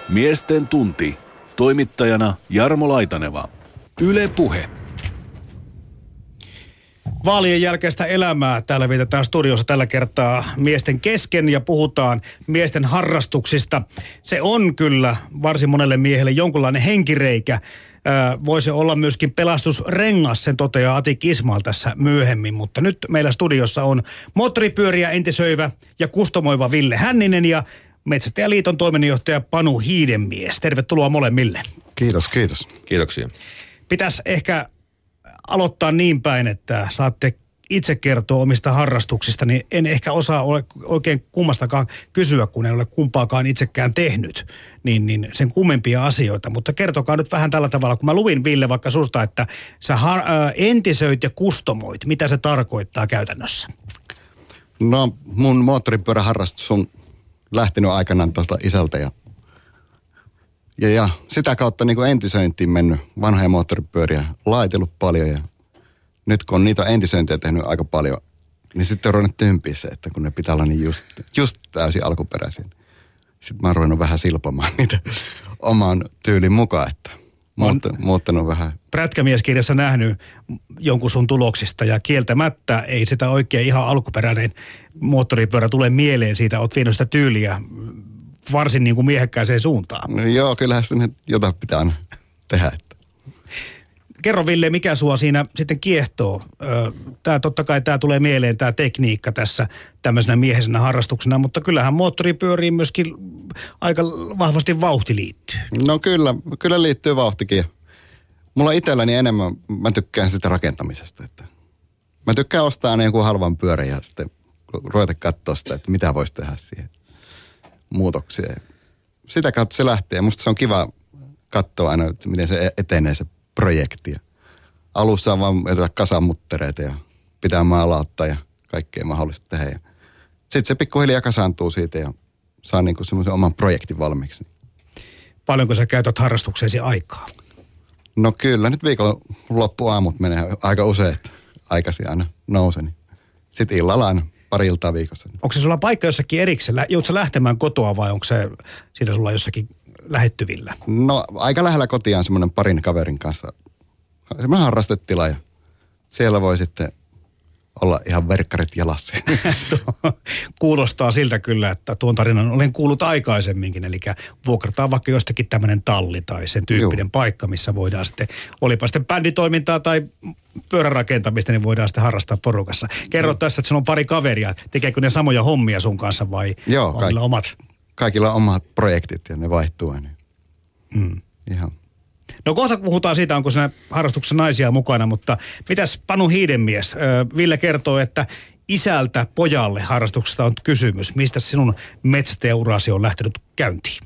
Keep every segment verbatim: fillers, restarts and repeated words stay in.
Miesten tunti. Toimittajana Jarmo Laitaneva. Yle Puhe. Vaalien jälkeistä elämää täällä vietetään studiossa tällä kertaa miesten kesken ja puhutaan miesten harrastuksista. Se on kyllä varsin monelle miehelle jonkunlainen henkireikä. Voisi olla myöskin pelastusrengas, sen toteaa Atik Ismail tässä myöhemmin, mutta nyt meillä studiossa on moottoripyöriä entisöivä ja kustomoiva Ville Hänninen ja Metsästäjäliiton toiminnanjohtaja Panu Hiidenmies. Tervetuloa molemmille. Kiitos, kiitos. Kiitoksia. Pitäisi ehkä aloittaa niin päin, että saatte itse kertoa omista harrastuksista, niin en ehkä osaa ole oikein kummastakaan kysyä, kun en ole kumpaakaan itsekään tehnyt, niin, niin sen kummempia asioita. Mutta kertokaa nyt vähän tällä tavalla, kun mä luin Ville vaikka susta, että sä har, ää, entisöit ja kustomoit. Mitä se tarkoittaa käytännössä? No mun moottoripyöräharrastus on lähtenyt aikanaan tuolta isältä ja, ja, ja sitä kautta niin kuin entisöintiin mennyt vanhoja moottoripyöriä, laitellut paljon ja nyt kun on niitä entisöintiä tehnyt aika paljon, niin sitten on ruvennut tympiä se, että kun ne pitää olla niin just, just täysin alkuperäisiä. Sitten mä oon ruvennut vähän silpomaan niitä oman tyylin mukaan, että muuttanut, muuttanut vähän. Prätkämieskirjassa nähnyt jonkun sun tuloksista ja kieltämättä ei sitä oikein ihan alkuperäinen moottoripyörä tule mieleen. Siitä oot vienyt sitä tyyliä varsin niin kuin miehekkääseen suuntaan. No joo, kyllähän sitten jotain pitää aina tehdä. Kerro Ville, mikä sua siinä sitten kiehtoo? Tää, totta kai tämä tulee mieleen, tämä tekniikka tässä tämmöisenä miehisenä harrastuksena, mutta kyllähän moottoripyöriin myöskin aika vahvasti vauhti liittyy. No kyllä, kyllä liittyy vauhtikin. Mulla itselläni enemmän, mä tykkään sitä rakentamisesta. Että mä tykkään ostaa aina jonkun halvan pyörän ja sitten ruveta katsoa sitä, että mitä voisi tehdä siihen muutoksia. Sitä kautta se lähtee. Musta se on kiva katsoa aina, että miten se etenee se projektia. Alussa on vaan jotain kasamuttereita ja pitää maalauttaa ja kaikkea mahdollista tehdä. Sitten se pikkuhiljaa kasaantuu siitä ja saa niinku semmoisen oman projektin valmiiksi. Paljonko sä käytät harrastukseesi aikaa? No kyllä, nyt viikon loppuaamut menee aika usein, että aikaisin aina nouseni. Sitten illalla aina pari iltaa viikossa. Onko se sulla paikka jossakin erikseen? Joudutko sä lähtemään kotoa vai onko se siinä sulla jossakin lähettyvillä? No aika lähellä kotiaan semmoinen parin kaverin kanssa. Semmoinen harrastetila ja siellä voi sitten olla ihan verkkarit jalassa. Kuulostaa siltä kyllä, että tuon tarinan olen kuullut aikaisemminkin. Eli vuokrataan vaikka jostakin tämmöinen talli tai sen tyyppinen Juh. paikka, missä voidaan sitten, olipa sitten bänditoimintaa tai pyörärakentamista, niin voidaan sitten harrastaa porukassa. Kerro no. tässä, että se on pari kaveria. Tekeekö ne samoja hommia sun kanssa vai Joo, on kaikki, omat? Kaikilla on omat projektit ja ne vaihtuu aina. Mm. Ihan. No kohta puhutaan siitä, onko siinä harrastuksessa naisia mukana, mutta mitäs Panu Hiidenmies? Ville kertoo, että isältä pojalle harrastuksesta on kysymys. Mistä sinun metsästäjäurasi on lähtenyt käyntiin?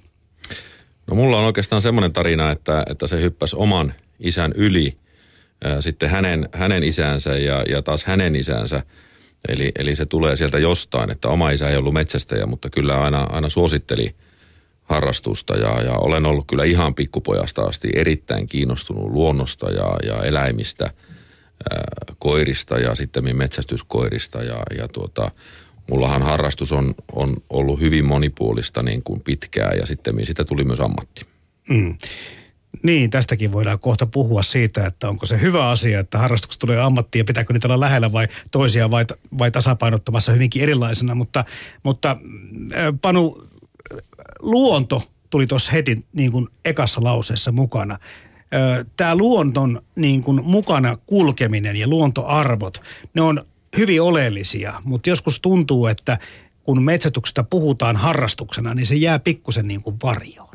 No mulla on oikeastaan semmoinen tarina, että, että se hyppäsi oman isän yli, ää, sitten hänen, hänen isänsä ja, ja taas hänen isänsä. Eli, eli se tulee sieltä jostain, että oma isä ei ollut metsästäjä, mutta kyllä aina, aina suositteli harrastusta ja, ja olen ollut kyllä ihan pikkupojasta asti erittäin kiinnostunut luonnosta ja, ja eläimistä, ää, koirista ja sitten metsästyskoirista ja, ja tuota, mullahan harrastus on, on ollut hyvin monipuolista niin kuin pitkään ja sitten siitä tuli myös ammatti. Mm. Niin, tästäkin voidaan kohta puhua siitä, että onko se hyvä asia, että harrastuksesta tulee ammatti ja pitääkö niitä olla lähellä vai toisiaan vai, vai tasapainottamassa hyvinkin erilaisena, mutta, mutta Panu, luonto tuli tuossa heti niin kuin ekassa lauseessa mukana. Tämä luonton niin kuin mukana kulkeminen ja luontoarvot, ne on hyvin oleellisia, mutta joskus tuntuu, että kun metsästyksestä puhutaan harrastuksena, niin se jää pikkusen niin kuin varjoon.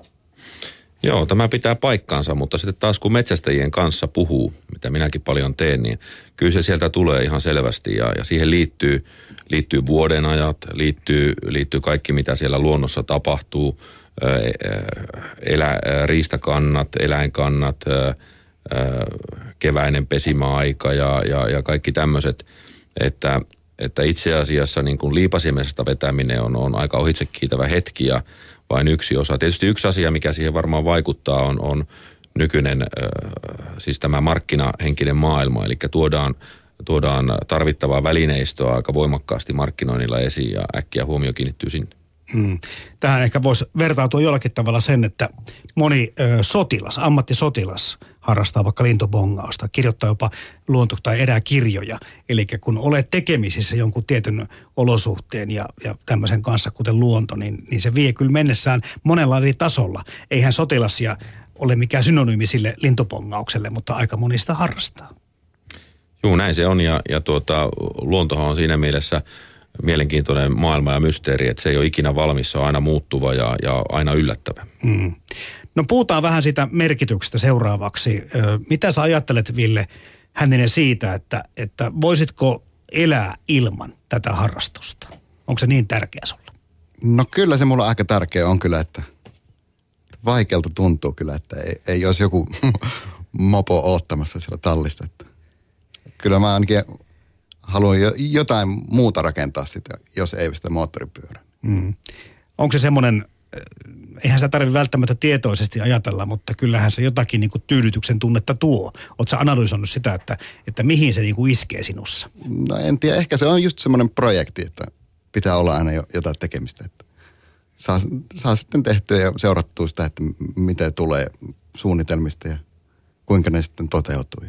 Joo, tämä pitää paikkaansa, mutta sitten taas kun metsästäjien kanssa puhuu, mitä minäkin paljon teen, niin kyllä se sieltä tulee ihan selvästi ja, ja siihen liittyy, liittyy vuodenajat, liittyy, liittyy kaikki mitä siellä luonnossa tapahtuu, elä, riistakannat, eläinkannat, keväinen pesimäaika ja, ja, ja kaikki tämmöiset, että, että itse asiassa niin kuin liipasimesta vetäminen on, on aika ohitsekiitävä hetki ja vain yksi osa. Tietysti yksi asia, mikä siihen varmaan vaikuttaa, on, on nykyinen, siis tämä markkinahenkinen maailma, eli tuodaan, tuodaan tarvittavaa välineistöä aika voimakkaasti markkinoinnilla esiin ja äkkiä huomio kiinnittyy sinne. Mm. Tähän ehkä voisi vertautua jollakin tavalla sen, että moni ö, sotilas, ammattisotilas harrastaa vaikka lintubongausta, kirjoittaa jopa luonto- tai eräkirjoja. Eli kun olet tekemisissä jonkun tietyn olosuhteen ja, ja tämmöisen kanssa, kuten luonto, niin, niin se vie kyllä mennessään monella eri tasolla. Eihän sotilas ja ole mikään synonyymi sille lintubongaukselle, mutta aika moni sitä harrastaa. Juu, näin se on ja, ja tuota, luontohan on siinä mielessä mielenkiintoinen maailma ja mysteeri, että se ei ole ikinä valmis, se on aina muuttuva ja, ja aina yllättävä. Mm. No puhutaan vähän siitä merkityksestä seuraavaksi. Mitä sä ajattelet, Ville Hänninen, siitä, että, että voisitko elää ilman tätä harrastusta? Onko se niin tärkeä sulle? No kyllä se mulla aika tärkeä on kyllä, että vaikealta tuntuu kyllä, että ei, ei olisi joku mopo oottamassa siellä tallissa. Että kyllä mä ainakin haluan jotain muuta rakentaa sitä, jos ei sitä moottoripyörää. Mm. Onko se semmoinen, eihän sitä tarvitse välttämättä tietoisesti ajatella, mutta kyllähän se jotakin niin kuin tyydytyksen tunnetta tuo. Oletko sä analysoinut sitä, että, että mihin se niin kuin iskee sinussa? No en tiedä, ehkä se on just semmoinen projekti, että pitää olla aina jotain tekemistä. Että saa, saa sitten tehtyä ja seurattua sitä, että miten tulee suunnitelmista ja kuinka ne sitten toteutuu.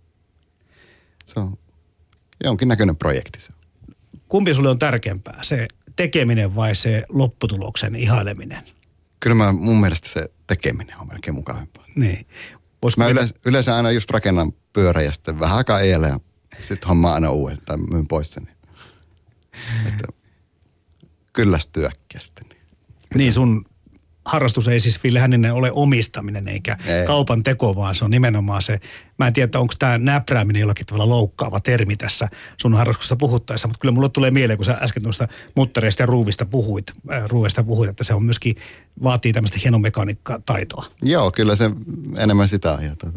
Se on jonkinnäköinen projekti se. Kumpi sulle on tärkeämpää, se tekeminen vai se lopputuloksen ihaileminen? Kyllä mä, mun mielestä se tekeminen on melkein mukavampaa. Niin. Mä yleensä, yleensä aina just rakennan pyörän ja sitten vähän aikaa eilen ja sitten hommaa aina uuden tai myyn pois sen. Että kyllästyy äkkiä sitten. Niin sun harrastus ei siis Ville Hänninen ole omistaminen eikä ei. kaupan teko, vaan se on nimenomaan se, mä en tiedä, onko tämä näprääminen jollakin tavalla loukkaava termi tässä sun harrastuksesta puhuttaessa, mutta kyllä mulle tulee mieleen, kun sä äsken noista muttareista ja ruuvista puhuit, äh, ruuesta puhuit, että se on myöskin, vaatii tämmöistä hienomekaniikka-taitoa. Joo, kyllä se enemmän sitä on. Ja tuota,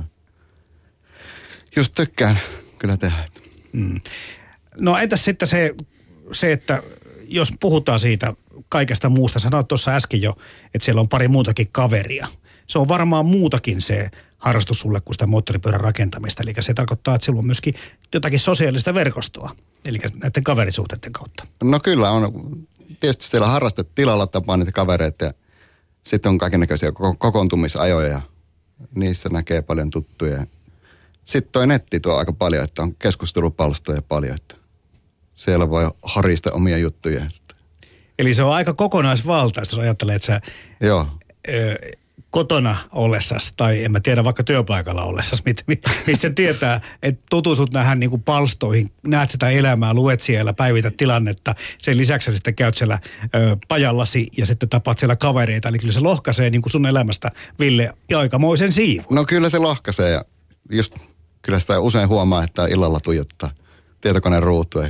just tykkään kyllä tehdä. Mm. No entäs sitten se, se, että jos puhutaan siitä kaikesta muusta, sanoit tuossa äsken jo, että siellä on pari muutakin kaveria. Se on varmaan muutakin se harrastus sulle kuin sitä moottoripyörän rakentamista. Eli se tarkoittaa, että sillä on myöskin jotakin sosiaalista verkostoa, eli näiden kaverisuhteiden kautta. No kyllä on. Tietysti siellä harrastetilalla tapaa niitä kavereita ja sitten on kaikennäköisiä kokoontumisajoja ja niissä näkee paljon tuttuja. Sitten toi netti tuo aika paljon, että on keskustelupalstoja paljon, että siellä voi harista omia juttuja. Eli se on aika kokonaisvaltaista, jos ajattelee, että sä Joo. Ö, kotona ollessasi, tai en mä tiedä vaikka työpaikalla ollessasi, missä tietää, että tutustut näihin niin kuin palstoihin, näet sitä elämää, luet siellä, päivität tilannetta, sen lisäksi sitten käyt siellä ö, pajallasi ja sitten tapaat siellä kavereita, eli kyllä se lohkaisee niin kuin sun elämästä, Ville, aikamoisen siivun. No kyllä se lohkaisee ja just kyllä sitä usein huomaa, että illalla tuijottaa tietokoneen ruutuja.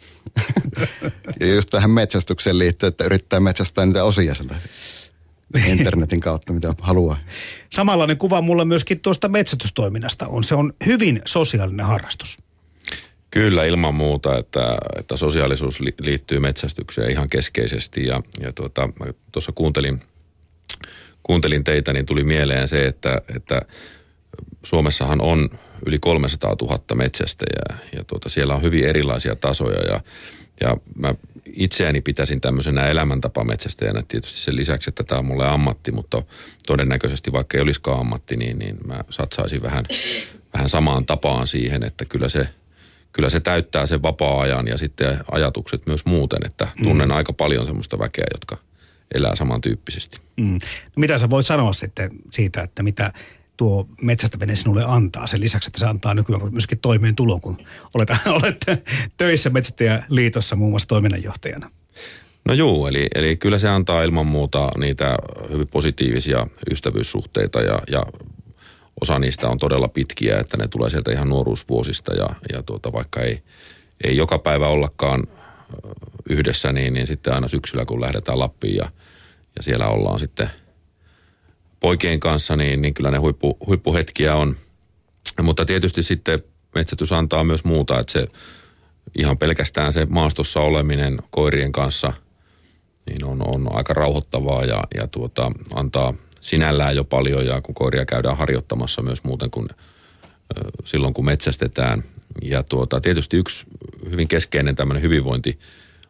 Ja just tähän metsästykseen liittyen, että yrittää metsästää niitä osia sieltä internetin kautta, mitä haluaa. Samanlainen kuva mulla myöskin tuosta metsästystoiminnasta on. Se on hyvin sosiaalinen harrastus. Kyllä, ilman muuta, että, että sosiaalisuus liittyy metsästykseen ihan keskeisesti. Ja, ja tuota, tuossa kuuntelin, kuuntelin teitä, niin tuli mieleen se, että, että Suomessahan on yli kolmesataatuhatta metsästäjää ja tuota, siellä on hyvin erilaisia tasoja ja, ja mä itseäni pitäisin tämmöisenä elämäntapametsästäjänä tietysti sen lisäksi, että tämä on mulle ammatti, mutta todennäköisesti vaikka ei olisikaan ammatti, niin, niin mä satsaisin vähän, vähän samaan tapaan siihen, että kyllä se, kyllä se täyttää sen vapaa-ajan ja sitten ajatukset myös muuten, että tunnen mm. aika paljon semmoista väkeä, jotka elää samantyyppisesti. Mm. No mitä sä voit sanoa sitten siitä, että mitä tuo metsästäminen sinulle antaa. Sen lisäksi, että se antaa nykyään myöskin toimeentulon, kun olet, olet töissä Metsästäjäliitossa muun muassa toiminnanjohtajana. No juu, eli, eli kyllä se antaa ilman muuta niitä hyvin positiivisia ystävyyssuhteita ja, ja osa niistä on todella pitkiä, että ne tulee sieltä ihan nuoruusvuosista ja, ja tuota, vaikka ei, ei joka päivä ollakaan yhdessä, niin, niin sitten aina syksyllä, kun lähdetään Lappiin ja, ja siellä ollaan sitten poikien kanssa, niin, niin kyllä ne huippu, huippuhetkiä on. Mutta tietysti sitten metsätys antaa myös muuta, että se ihan pelkästään se maastossa oleminen koirien kanssa niin on, on aika rauhoittavaa ja, ja tuota, antaa sinällään jo paljon ja kun koiria käydään harjoittamassa myös muuten kuin silloin kun metsästetään. Ja tuota, tietysti yksi hyvin keskeinen tämmöinen hyvinvointi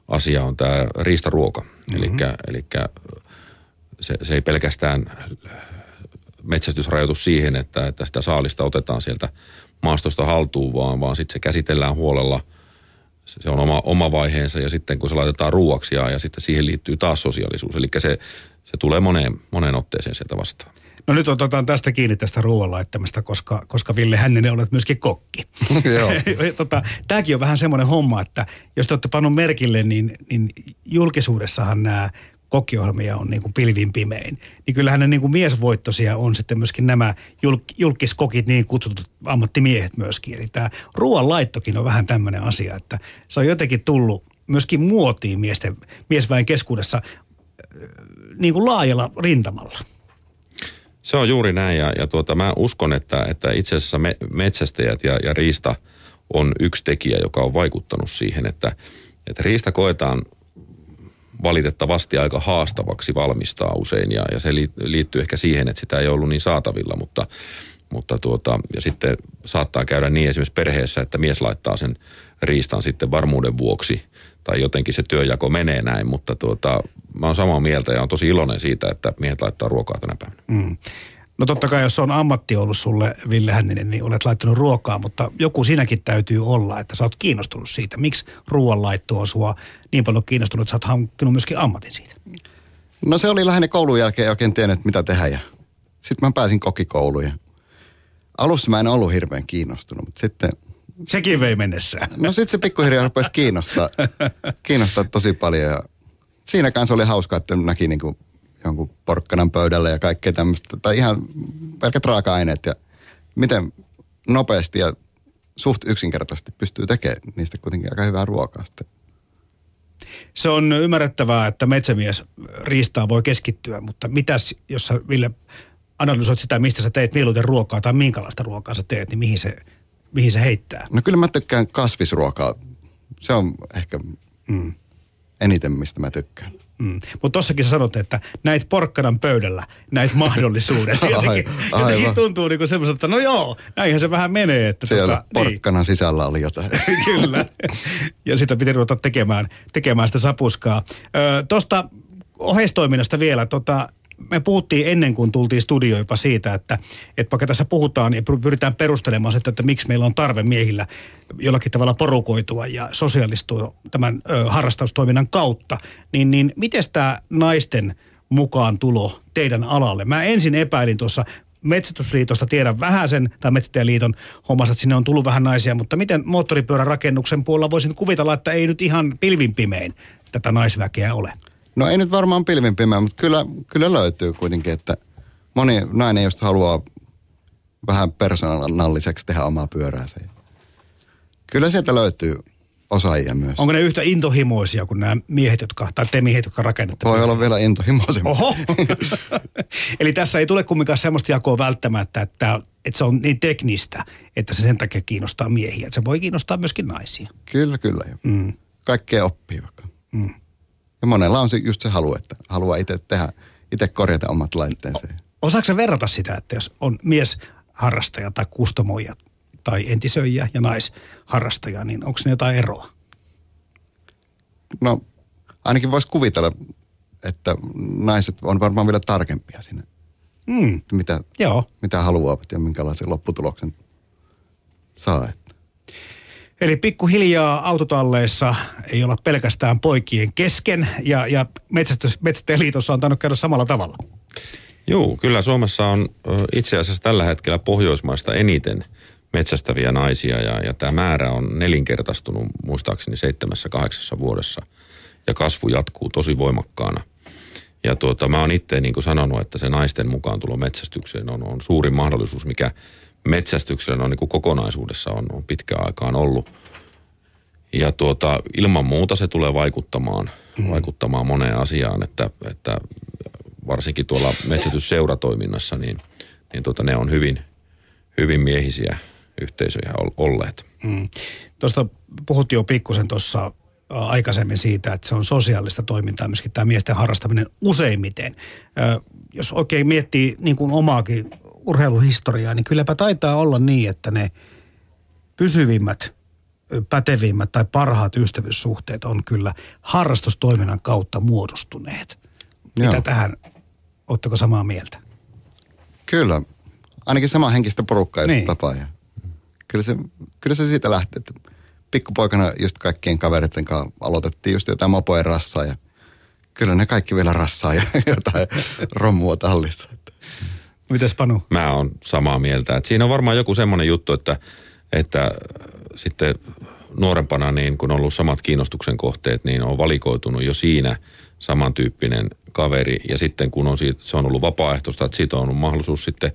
asia on tämä riistaruoka. Mm-hmm. Eli se, se ei pelkästään metsästysrajoitus siihen, että, että sitä saalista otetaan sieltä maastosta haltuun, vaan, vaan sitten se käsitellään huolella. Se, se on oma, oma vaiheensa ja sitten kun se laitetaan ruuaksi ja, ja sitten siihen liittyy taas sosiaalisuus. Eli se, se tulee moneen, moneen otteeseen sieltä vastaan. No nyt otetaan tästä kiinni tästä ruoan laittamista, koska, koska Ville Hänninen olet myöskin kokki. Joo. tota, tämäkin on vähän semmoinen homma, että jos te olette pannut merkille, niin, niin julkisuudessahan nämä kokkiohjelmia on niin kuin pilvin pimein. Niin kyllähän ne niin kuin miesvoittoisia on sitten myöskin nämä julk, julkiskokit, niin kutsutut ammattimiehet myöskin. Eli tämä ruoan laittokin on vähän tämmöinen asia, että se on jotenkin tullut myöskin muotiin miesten, miesväen keskuudessa niin kuin laajalla rintamalla. Se on juuri näin ja, ja tuota, mä uskon, että, että itse asiassa me, metsästäjät ja, ja riista on yksi tekijä, joka on vaikuttanut siihen, että, että riista koetaan valitettavasti aika haastavaksi valmistaa usein ja, ja se liittyy ehkä siihen, että sitä ei ollut niin saatavilla, mutta, mutta tuota, ja sitten saattaa käydä niin esimerkiksi perheessä, että mies laittaa sen riistan sitten varmuuden vuoksi tai jotenkin se työjako menee näin, mutta tuota, mä oon samaa mieltä ja on tosi iloinen siitä, että miehet laittaa ruokaa tänä päivänä. Mm. No totta kai, jos on ammatti ollut sulle, Ville Hänninen, niin olet laittanut ruokaa, mutta joku sinäkin täytyy olla, että sä oot kiinnostunut siitä. Miksi ruoanlaitto on sua niin paljon kiinnostunut, että sä oot hankkinut myöskin ammatin siitä? No se oli lähinnä koulun jälkeen, ei oikein tiennyt, mitä tehdä. Ja sitten mä pääsin kokikouluun ja alussa mä en ollut hirveän kiinnostunut, mutta sitten... Sekin vei mennessään. No sitten se pikkuhiljaa rupesi kiinnostaa, kiinnostaa tosi paljon ja siinä kanssa oli hauskaa, että näki niin kuin jonkun porkkanan pöydällä ja kaikkea tämmöistä, tai ihan pelkät raaka-aineet ja miten nopeasti ja suht yksinkertaisesti pystyy tekemään niistä kuitenkin aika hyvää ruokaa sitten. Se on ymmärrettävää, että metsämies riistaa voi keskittyä, mutta mitäs, jos sä, Ville, analysoit sitä, mistä sä teet mieluiten ruokaa tai minkälaista ruokaa sä teet, niin mihin se, mihin se heittää? No kyllä mä tykkään kasvisruokaa. Se on ehkä mm. eniten, mistä mä tykkään. Mm. Mutta tossakin sä sanot, että näit porkkanan pöydällä, näit mahdollisuuden. Jotenkin, jotenkin tuntuu niinku semmoiselta, että no joo, näinhän se vähän menee. Että siellä tota, porkkanan niin. sisällä oli jotain. Kyllä. Ja sitä piti ruveta tekemään, tekemään sitä sapuskaa. Ö, tosta oheistoiminnasta vielä, tota, me puhuttiin ennen kuin tultiin studioon jopa siitä, että, että vaikka tässä puhutaan ja pyritään perustelemaan sitä, että miksi meillä on tarve miehillä jollakin tavalla porukoitua ja sosiaalistua tämän ö, harrastustoiminnan kautta, niin, niin miten tämä naisten mukaan tulo teidän alalle? Mä ensin epäilin tuossa Metsästysliitosta, tiedän vähän sen, tai Metsästäjäliiton hommasta, että sinne on tullut vähän naisia, mutta miten moottoripyörärakennuksen puolella voisin kuvitella, että ei nyt ihan pilvin pimein tätä naisväkeä ole? No ei nyt varmaan pilvin pimeä, mutta kyllä, kyllä löytyy kuitenkin, että moni nainen just haluaa vähän persoonalliseksi tehdä omaa pyöräänsä. Kyllä sieltä löytyy osaajia myös. Onko ne yhtä intohimoisia kuin nämä miehet, jotka, tai te miehet, jotka rakennatte? Voi olla vielä intohimoisemmin. Oho! Eli tässä ei tule kumminkaan semmoista jakoa välttämättä, että, että se on niin teknistä, että se sen takia kiinnostaa miehiä. Että se voi kiinnostaa myöskin naisia. Kyllä, kyllä. Mm. Kaikkea oppii vaikka. Mm. Ja monella on se, just se halu, että haluaa itse tehdä, itse korjata omat laitteensa. Osaatko sä verrata sitä, että jos on miesharrastaja tai kustomoija tai entisöijä ja naisharrastaja, niin onko ne jotain eroa? No ainakin voisi kuvitella, että naiset on varmaan vielä tarkempia siinä. Mm. Mitä, Joo. mitä haluavat ja minkälaisen lopputuloksen saa. Eli pikkuhiljaa autotalleissa ei olla pelkästään poikien kesken ja, ja Metsästäjäliitossa on tainnut käydä samalla tavalla. Joo, kyllä Suomessa on itse asiassa tällä hetkellä Pohjoismaista eniten metsästäviä naisia ja, ja tämä määrä on nelinkertaistunut muistaakseni seitsemässä, kahdeksassa vuodessa ja kasvu jatkuu tosi voimakkaana. Ja tuota, mä oon itse niin kuin sanonut, että se naisten mukaan tulo metsästykseen on, on suurin mahdollisuus, mikä metsästyksellä on niin kuin kokonaisuudessa on, on pitkään aikaan ollut. Ja tuota, ilman muuta se tulee vaikuttamaan, mm. vaikuttamaan moneen asiaan, että, että varsinkin tuolla metsätysseuratoiminnassa, niin, niin tuota, ne on hyvin, hyvin miehisiä yhteisöjä olleet. Mm. Tuosta puhuttiin jo pikkusen tuossa aikaisemmin siitä, että se on sosiaalista toimintaa, myöskin tämä miesten harrastaminen useimmiten. Ö, jos oikein miettii niin kuin omaakin urheiluhistoriaa, niin kylläpä taitaa olla niin, että ne pysyvimmät pätevimmät tai parhaat ystävyyssuhteet on kyllä harrastustoiminnan kautta muodostuneet. Joo. Mitä tähän, ootteko samaa mieltä? Kyllä, ainakin samanhenkistä porukkaa just niin. tapaa. Ja kyllä, se, kyllä se siitä lähtee, että pikkupoikana just kaikkien kavereiden kanssa aloitettiin just jotain mopojen rassaa ja kyllä ne kaikki vielä rassaa ja jotain rommua tallissa. Mites Panu? Mä oon samaa mieltä. Et siinä on varmaan joku semmoinen juttu, että, että sitten nuorempana, niin kun on ollut samat kiinnostuksen kohteet, niin on valikoitunut jo siinä samantyyppinen kaveri. Ja sitten kun on siitä, se on ollut vapaaehtoista, että siitä on ollut mahdollisuus sitten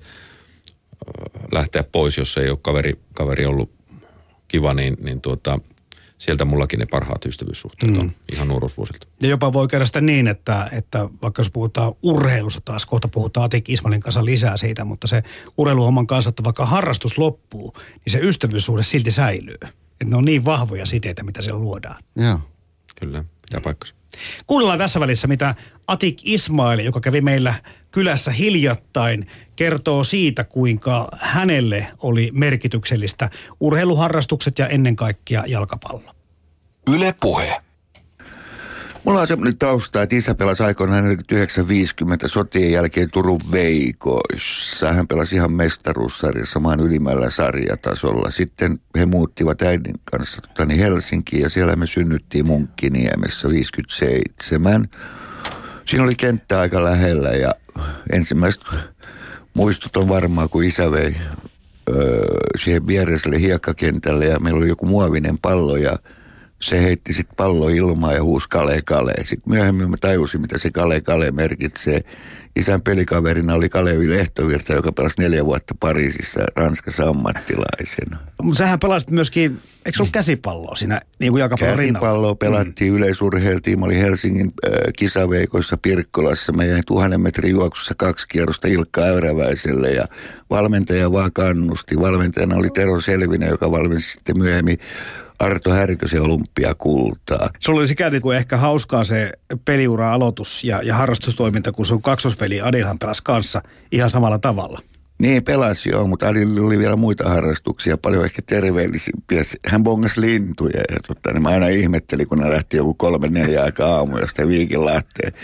lähteä pois, jos ei ole kaveri, kaveri ollut kiva, niin, niin tuota, sieltä mullakin ne parhaat ystävyyssuhteet mm. on ihan nuoruusvuosilta. Ja jopa voi käydä sitä niin, että, että vaikka jos puhutaan urheilusta taas, kohta puhutaan Atik Ismailin kanssa lisää siitä, mutta se urheiluhomman kanssa, että vaikka harrastus loppuu, niin se ystävyyssuhde silti säilyy. Että ne on niin vahvoja siteitä, mitä siellä luodaan. Joo. Kyllä, pitää paikkansa. Kuunnellaan tässä välissä, mitä Atik Ismail, joka kävi meillä kylässä hiljattain, kertoo siitä, kuinka hänelle oli merkityksellistä urheiluharrastukset ja ennen kaikkea jalkapallo. Yle Puhe. Mulla on semmoinen tausta, että isä pelasi aikoinaan neljäkymmentäyhdeksän viisikymmentä sotien jälkeen Turun Veikoissa. Hän pelasi ihan mestaruussarjassa maan ylimmällä sarjatasolla. Sitten he muuttivat äidin kanssa totani Helsinkiin ja siellä me synnyttiin Munkkiniemessä viisikymmentäseitsemän. Siinä oli kenttä aika lähellä ja ensimmäiset muistot on varmaan, kun isä vei öö, siihen viereiselle hiekkakentälle ja meillä oli joku muovinen pallo ja se heitti sitten pallo ilmaan ja huusi kale kale. Sitten myöhemmin mä tajusin, mitä se kale kale merkitsee. Isän pelikaverina oli Kalevi Lehtovirta, joka pelasi neljä vuotta Pariisissa Ranskassa ammattilaisena. Mutta sähän pelasit myöskin, eikö se ollut käsipalloa siinä niin kuin jalkapallon rinnalla? Käsipalloa pelattiin, mm. yleisurheiltiin. Mä olin Helsingin äh, kisaveikoissa Pirkkolassa. Mä jäin tuhannen metrin juoksussa kaksi kierrosta Ilkka Äyräväiselle ja valmentaja vaan kannusti. Valmentajana oli Tero Selvinen, joka valmensi sitten myöhemmin Arto Härkösen olympiakultaa. Sulla oli sikäli kuin ehkä hauskaa se peliura-aloitus ja, ja harrastustoiminta, kun sun kaksospeli Adilhan pelasi kanssa ihan samalla tavalla. Niin pelasi joo, mutta Adilla oli vielä muita harrastuksia, paljon ehkä terveellisimpiä. Hän bongasi lintuja ja totta, niin mä aina ihmettelin, kun hän lähti joku kolme neljä aikaa aamu jostain Viikinlahteen.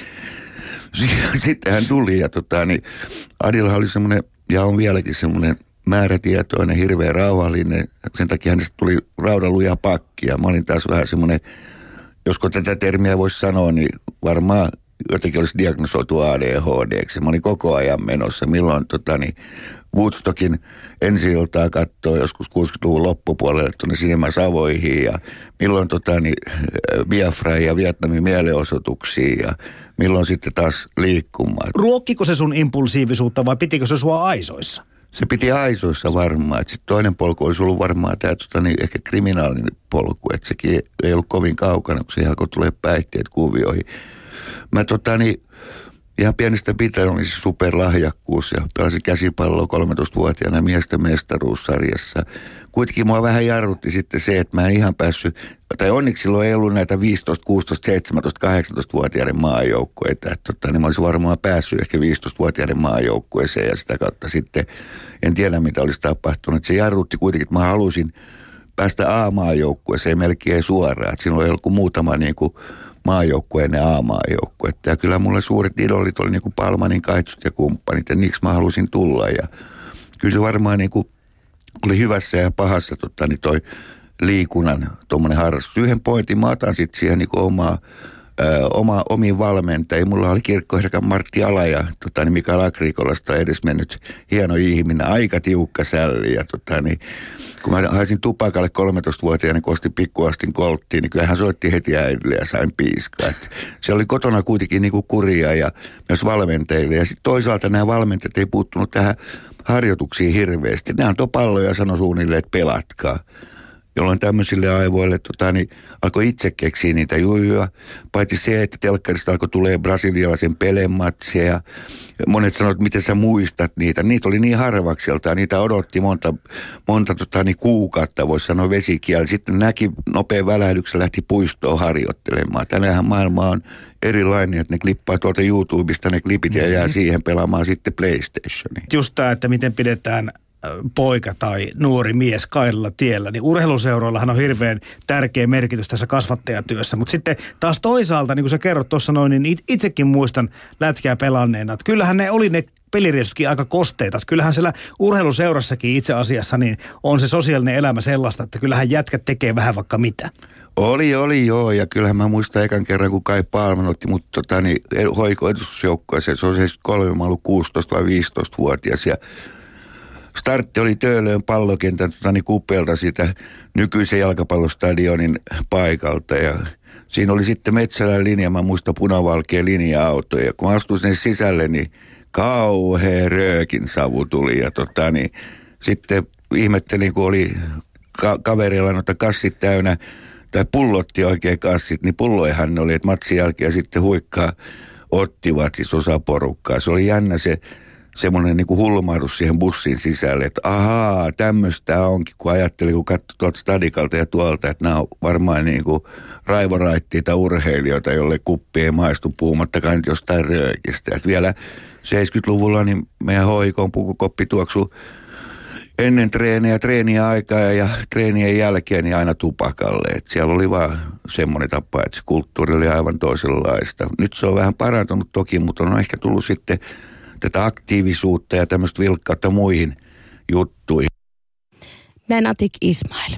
Sitten hän tuli ja tota, niin Adilla oli semmoinen, ja on vieläkin semmoinen määrätietoinen, hirveän rauhallinen. Sen takia hänestä tuli raudaluja pakki ja mä olin taas vähän semmoinen, josko tätä termiä voisi sanoa, niin varmaan jotenkin olisi diagnosoitu A D H D:ksi. Mä olin koko ajan menossa. Milloin tota, niin Woodstockin ensi-iltaa katsoo joskus kuusikymmentäluvun loppupuolelle tuonne Silmäsavoihin ja milloin tota, niin, Biafra ja Vietnamin mielenosoituksiin ja milloin sitten taas liikkumaan. Ruokkiko se sun impulsiivisuutta vai pitikö se sua aisoissa? Se piti aisoissa varmaan. Sitten toinen polku olisi ollut varmaan tämä tota, niin ehkä kriminaalinen polku. Että sekin ei ollut kovin kaukana, kun se alkoi tulee päihteet kuvioihin. Mä tota niin, ihan pienestä pitäen oli se superlahjakkuus ja pelasin käsipalloa kolmetoistavuotiaana miesten mestaruussarjassa. Kuitenkin mua vähän jarrutti sitten se, että mä en ihan päässyt, tai onneksi silloin ei ollut näitä viisitoista, kuusitoista, seitsemäntoista, kahdeksantoista-vuotiaiden maajoukkueita. Että tota, niin mä olisin varmaan päässyt ehkä viisitoistavuotiaiden maajoukkueeseen ja sitä kautta sitten en tiedä mitä olisi tapahtunut. Se jarrutti kuitenkin, että mä halusin päästä A-maajoukkueeseen melkein suoraan. Että silloin ei ollut kuin muutama niin kuin maajoukkueen ja A-maajoukkuetta. Ja kyllä mulle suuret idolit oli niin kuin Palmanin, Kaitsut ja kumppanit ja niiksi mä halusin tulla. Ja kyllä se varmaan niin kuin oli hyvässä ja pahassa tota, niin toi liikunnan tuommoinen harrastus. Yhden pointin mä otan sitten siihen niin kuin omaa, ö, oma, omiin valmentajia. Mulla oli kirkkoherra Martti Ala ja tota, niin Mikael Agrikolasta edesmennyt hieno ihminen, aika tiukka sälli. Ja tota, niin, kun mä haisin tupakalle kolmetoistavuotiaana, niin kun ostin pikkuastin kolttiin, niin kyllähän soitti heti äidille ja sain piiskaa. Et se oli kotona kuitenkin niin kuin kuria ja myös valmentajille. Ja sitten toisaalta nämä valmentajat ei puuttunut tähän harjoituksiin hirveästi. Ne antoi palloja ja sanoi suunnilleen, että pelatkaa. Jolloin tämmöisille aivoille tota, niin alkoi itse keksiä niitä jujuja. Paitsi se, että telkkarista alkoi tulee brasilialaisen pelematseja. Monet sanoivat, että miten sä muistat niitä. Niitä oli niin harvakselta. Niitä odotti monta, monta tota, niin kuukautta, voisi sanoa vesikielellä. Sitten näki nopean välähdyksen, lähti puistoon harjoittelemaan. Tänähän maailma on erilainen, että ne klippaa tuolta YouTubesta ne klipit ja jää siihen pelaamaan sitten PlayStationiin. Just tämä, että miten pidetään poika tai nuori mies kaidalla tiellä, niin urheiluseuroillahan on hirveän tärkeä merkitys tässä kasvattajatyössä. Mutta sitten taas toisaalta, niin kuin sä kerrot tuossa noin, niin itsekin muistan lätkää pelanneena, että kyllähän ne oli ne peliriestutkin aika kosteita. Että kyllähän siellä urheiluseurassakin itse asiassa niin on se sosiaalinen elämä sellaista, että kyllähän jätkät tekee vähän vaikka mitä. Oli, oli joo, ja kyllähän mä muistan ekan kerran, kun Kai Palman otti mut tota, niin, hoiko edustusjoukkoeseen. Se on seitsemänkymmentäkolme, mä ollut kuusitoista vai viisitoista-vuotias, ja startti oli Töölön pallokentän tota, niin kupeelta siitä nykyisen jalkapallostadionin paikalta, ja siinä oli sitten Metsälän linja, mä muistan punavalkea linja-auto, ja kun mä astuin sinne sisälle, niin kauhea röökin savu tuli, ja tota, niin, sitten ihmettelin, kun oli ka- kaverilla noita kassit täynnä, tai pullotti oikein kassit, niin pulloihan ne oli, että matsin jälkeen sitten huikkaa ottivat siis osa porukkaa. Se oli jännä se semmoinen niin kuin hulmahdus siihen bussin sisälle, että ahaa, tämmöistä onkin, kun ajattelin, kun katsoi tuolta stadikalta ja tuolta, että nämä on varmaan niin kuin raivoraittiita urheilijoita, jolle kuppi ei maistu, puhumattakaan nyt jostain röökistä. Että vielä seitsemänkymmentäluvulla niin meidän hoikoon pukukoppi tuoksui ennen treeniä, treeniä aikaa ja treenien jälkeen niin aina tupakalle. Et siellä oli vaan semmoinen tapa, että se kulttuuri oli aivan toisenlaista. Nyt se on vähän parantunut toki, mutta on ehkä tullut sitten tätä aktiivisuutta ja tämmöistä vilkkautta muihin juttuihin. Näin Atik Ismail.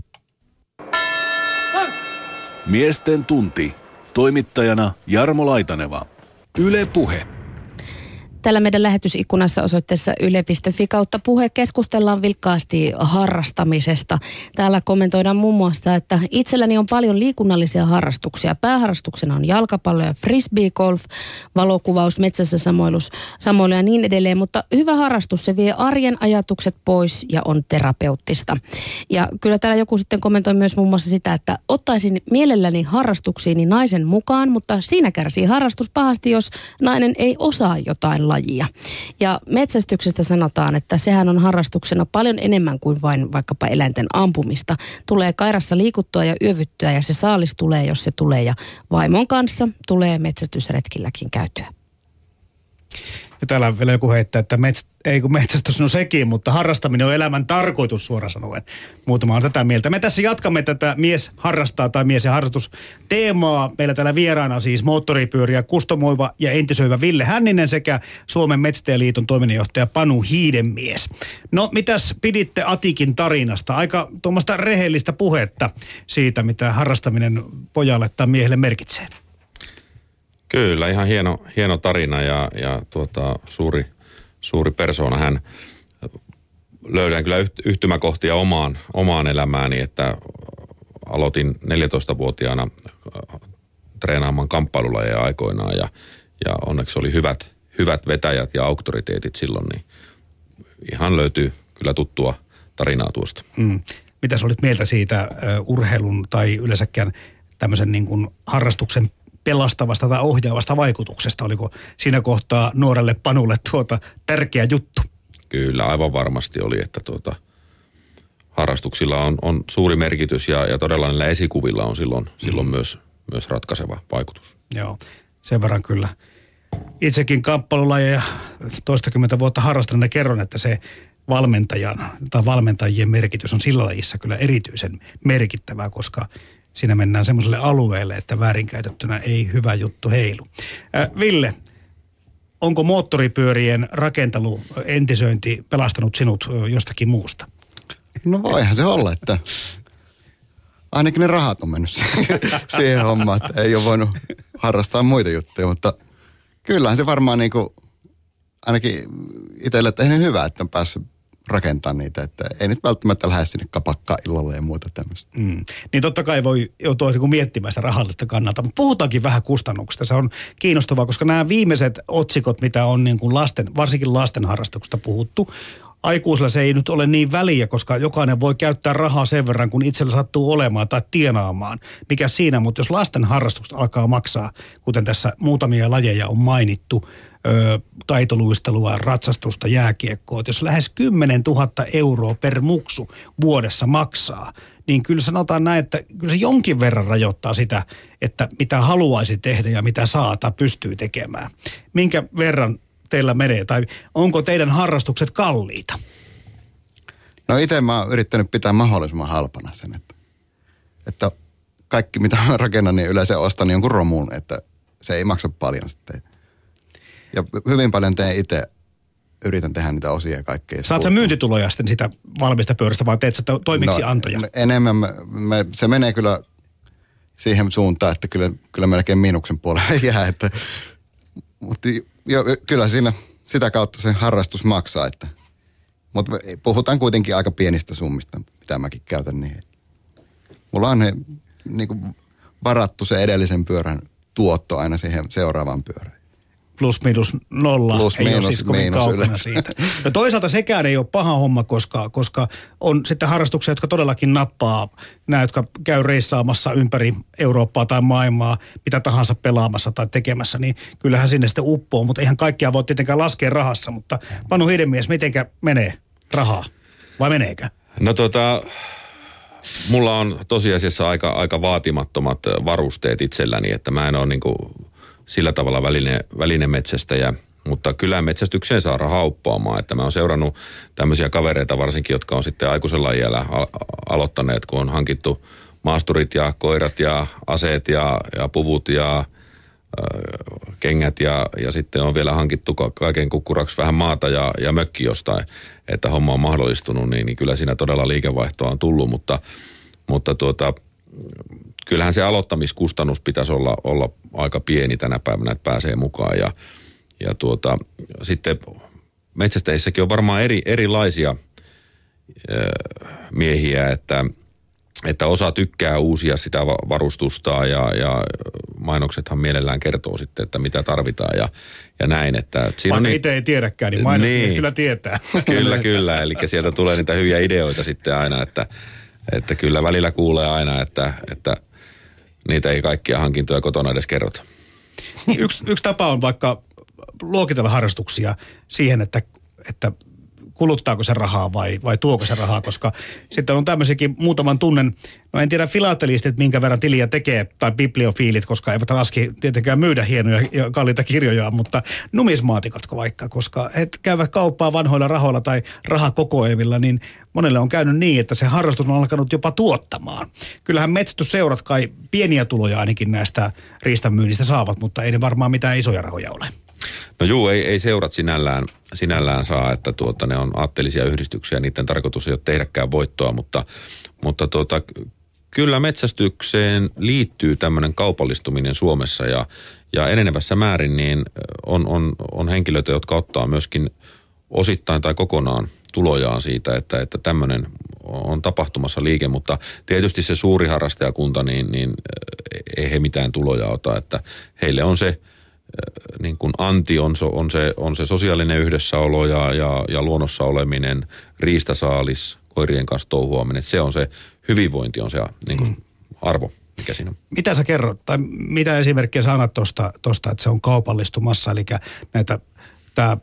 Miesten tunti. Toimittajana Jarmo Laitaneva. Yle Puhe. Täällä meidän lähetysikkunassa osoitteessa yle piste fi kautta puhe keskustellaan vilkkaasti harrastamisesta. Täällä kommentoidaan muun muassa, että itselläni on paljon liikunnallisia harrastuksia. Pääharrastuksena on jalkapallo ja frisbee-golf, valokuvaus, metsässä samoilus, samoilu ja niin edelleen. Mutta hyvä harrastus, se vie arjen ajatukset pois ja on terapeuttista. Ja kyllä täällä joku sitten kommentoi myös muun muassa sitä, että ottaisin mielelläni harrastuksiini naisen mukaan, mutta siinä kärsii harrastus pahasti, jos nainen ei osaa jotain lajia. Ja metsästyksestä sanotaan, että sehän on harrastuksena paljon enemmän kuin vain vaikkapa eläinten ampumista. Tulee kairassa liikuttua ja yövyttyä ja se saalis tulee, jos se tulee. Ja vaimon kanssa tulee metsästysretkilläkin käytyä. Ja täällä vielä joku heittää, että mets, ei kun metsästys on sekin, mutta harrastaminen on elämän tarkoitus suoraan sanoen. Muutama on tätä mieltä. Me tässä jatkamme tätä mies harrastaa tai mies ja harrastus teemaa. Meillä täällä vieraana siis moottoripyöriä kustomoiva ja entisöivä Ville Hänninen sekä Suomen Metsästäjäliiton toiminnanjohtaja Panu Hiidenmies. No mitäs piditte Atikin tarinasta? Aika tuommoista rehellistä puhetta siitä, mitä harrastaminen pojalle tai miehelle merkitsee. Kyllä, ihan hieno, hieno tarina ja, ja tuota, suuri, suuri persoona. Hän löydän kyllä yhtymäkohtia omaan, omaan elämääni, että aloitin neljätoistavuotiaana treenaamaan kamppailulajeja aikoinaan ja, ja onneksi oli hyvät, hyvät vetäjät ja auktoriteetit silloin, niin ihan löytyy kyllä tuttua tarinaa tuosta. Mm. Mitäs olit mieltä siitä uh, urheilun tai yleensäkään tämmöisen niin kuin harrastuksen pelastavasta tai ohjaavasta vaikutuksesta? Oliko siinä kohtaa nuorelle Panulle tuota tärkeä juttu? Kyllä, aivan varmasti oli, että tuota, harrastuksilla on, on suuri merkitys ja, ja todella niillä esikuvilla on silloin, mm. silloin myös, myös ratkaiseva vaikutus. Joo, sen verran kyllä. Itsekin kamppailulajeja toistakymmentä vuotta harrastaneena kerron, että se valmentajan tai valmentajien merkitys on sillä lajissa kyllä erityisen merkittävää, koska siinä mennään semmoiselle alueelle, että väärinkäytettynä ei hyvä juttu heilu. Äh, Ville, onko moottoripyörien rakentelu, entisöinti pelastanut sinut jostakin muusta? No voihan se olla, että ainakin ne rahat on mennyt siihen hommaan, että ei ole voinut harrastaa muita juttuja, mutta kyllähän se varmaan niin kuin ainakin itselle tehnyt hyvä, että on päässyt rakentaa niitä, että ei nyt välttämättä lähde sinne kapakkaan illalle ja muuta tämmöistä. Mm. Niin totta kai voi joutua niin miettimään sitä rahallista kannalta, mutta puhutaankin vähän kustannuksista. Se on kiinnostavaa, koska nämä viimeiset otsikot, mitä on niin kuin lasten, varsinkin lasten harrastuksesta puhuttu, aikuisilla se ei nyt ole niin väliä, koska jokainen voi käyttää rahaa sen verran, kun itsellä sattuu olemaan tai tienaamaan. Mikä siinä, mutta jos lasten harrastukset alkaa maksaa, kuten tässä muutamia lajeja on mainittu, ö, taitoluistelua, ratsastusta, jääkiekkoa, että jos lähes kymmenen tuhatta euroa per muksu vuodessa maksaa, niin kyllä sanotaan näin, että kyllä se jonkin verran rajoittaa sitä, että mitä haluaisi tehdä ja mitä saa tai pystyy tekemään. Minkä verran teillä menee, tai onko teidän harrastukset kalliita? No itse mä oon yrittänyt pitää mahdollisimman halpana sen, että, että kaikki mitä mä rakennan, niin yleensä ostan jonkun romuun, että se ei maksa paljon sitten. Ja hyvin paljon teen itse, yritän tehdä niitä osia ja kaikkea. Saat sä myyntituloja sitten sitä valmista pyörästä vai teet sä toimiksi no, antoja? Enemmän, me, me, se menee kyllä siihen suuntaan, että kyllä, kyllä melkein miinuksen puolelle jää, että, mutta jo, kyllä siinä sitä kautta se harrastus maksaa, että, mutta puhutaan kuitenkin aika pienistä summista, mitä mäkin käytän niihin. Mulla on he, niin kuin varattu se edellisen pyörän tuotto aina siihen seuraavaan pyörään. Plus miinus nolla, Plus, ei miinus, ole siis kovin kaukana yleensä siitä. No toisaalta sekään ei ole paha homma, koska, koska on sitten harrastuksia, jotka todellakin nappaa, nämä, jotka käy reissaamassa ympäri Eurooppaa tai maailmaa, mitä tahansa pelaamassa tai tekemässä, niin kyllähän sinne sitten uppoo, mutta eihän kaikkia voi tietenkään laskea rahassa, mutta Panu Hiidenmies, mitenkä menee rahaa, vai meneekö? No tota, mulla on tosiasiassa aika, aika vaatimattomat varusteet itselläni, että mä en ole niinku sillä tavalla väline, välinemetsästäjä, mutta kyllä metsästykseen saa rahaa uppaamaan, että mä oon seurannut tämmöisiä kavereita varsinkin, jotka on sitten aikuisella iällä aloittaneet, kun on hankittu maasturit ja koirat ja aseet ja, ja puvut ja äh, kengät ja, ja sitten on vielä hankittu kaiken kukkuraksi vähän maata ja, ja mökki jostain, että homma on mahdollistunut, niin, niin kyllä siinä todella liikevaihtoa on tullut, mutta, mutta tuota, kyllähän se aloittamiskustannus pitäisi olla, olla aika pieni tänä päivänä, että pääsee mukaan. Ja, ja tuota, sitten metsästäjissäkin on varmaan eri, erilaisia ö, miehiä, että, että osa tykkää uusia sitä varustusta ja, ja mainoksethan mielellään kertoo sitten, että mitä tarvitaan ja, ja näin. Että siinä vaikka on itse ei tiedäkään, niin mainos niin kyllä tietää. Kyllä, kyllä. Eli sieltä tulee niitä hyviä ideoita sitten aina, että, että kyllä välillä kuulee aina, että, että niitä ei kaikkia hankintoja kotona edes kerrota. Niin yksi, yksi tapa on vaikka luokitella harrastuksia siihen, että, että kuluttaako se rahaa vai, vai tuoko se rahaa, koska sitten on tämmöisiäkin muutaman tunnen, no en tiedä filatelistit, minkä verran tiliä tekee, tai bibliofiilit, koska eivät raski tietenkään myydä hienoja ja kalliita kirjoja, mutta numismaatikotko vaikka, koska he käyvät kauppaa vanhoilla rahoilla tai rahakokoelmilla, niin monelle on käynyt niin, että se harrastus on alkanut jopa tuottamaan. Kyllähän metsästysseurat kai pieniä tuloja ainakin näistä riistanmyynnistä saavat, mutta ei ne varmaan mitään isoja rahoja ole. No juu, ei, ei seurat sinällään, sinällään saa, että tuota, ne on aatteellisia yhdistyksiä, niiden tarkoitus ei ole tehdäkään voittoa, mutta, mutta tuota, kyllä metsästykseen liittyy tämmöinen kaupallistuminen Suomessa ja, ja enenevässä määrin niin on, on, on henkilöitä, jotka ottaa myöskin osittain tai kokonaan tulojaan siitä, että, että tämmöinen on tapahtumassa liike, mutta tietysti se suuri harrastajakunta, niin, niin ei he mitään tuloja ota, että heille on se niin kuin anti on se, on se, on se sosiaalinen yhdessäolo ja, ja, ja luonnossa oleminen, riistasaalis, koirien kanssa touhuaminen. Se on se, hyvinvointi on se niin kuin arvo, mikä siinä on. Mitä sä kerrot, tai mitä esimerkkiä sä annat tosta, tosta, että se on kaupallistumassa, eli näitä, tämä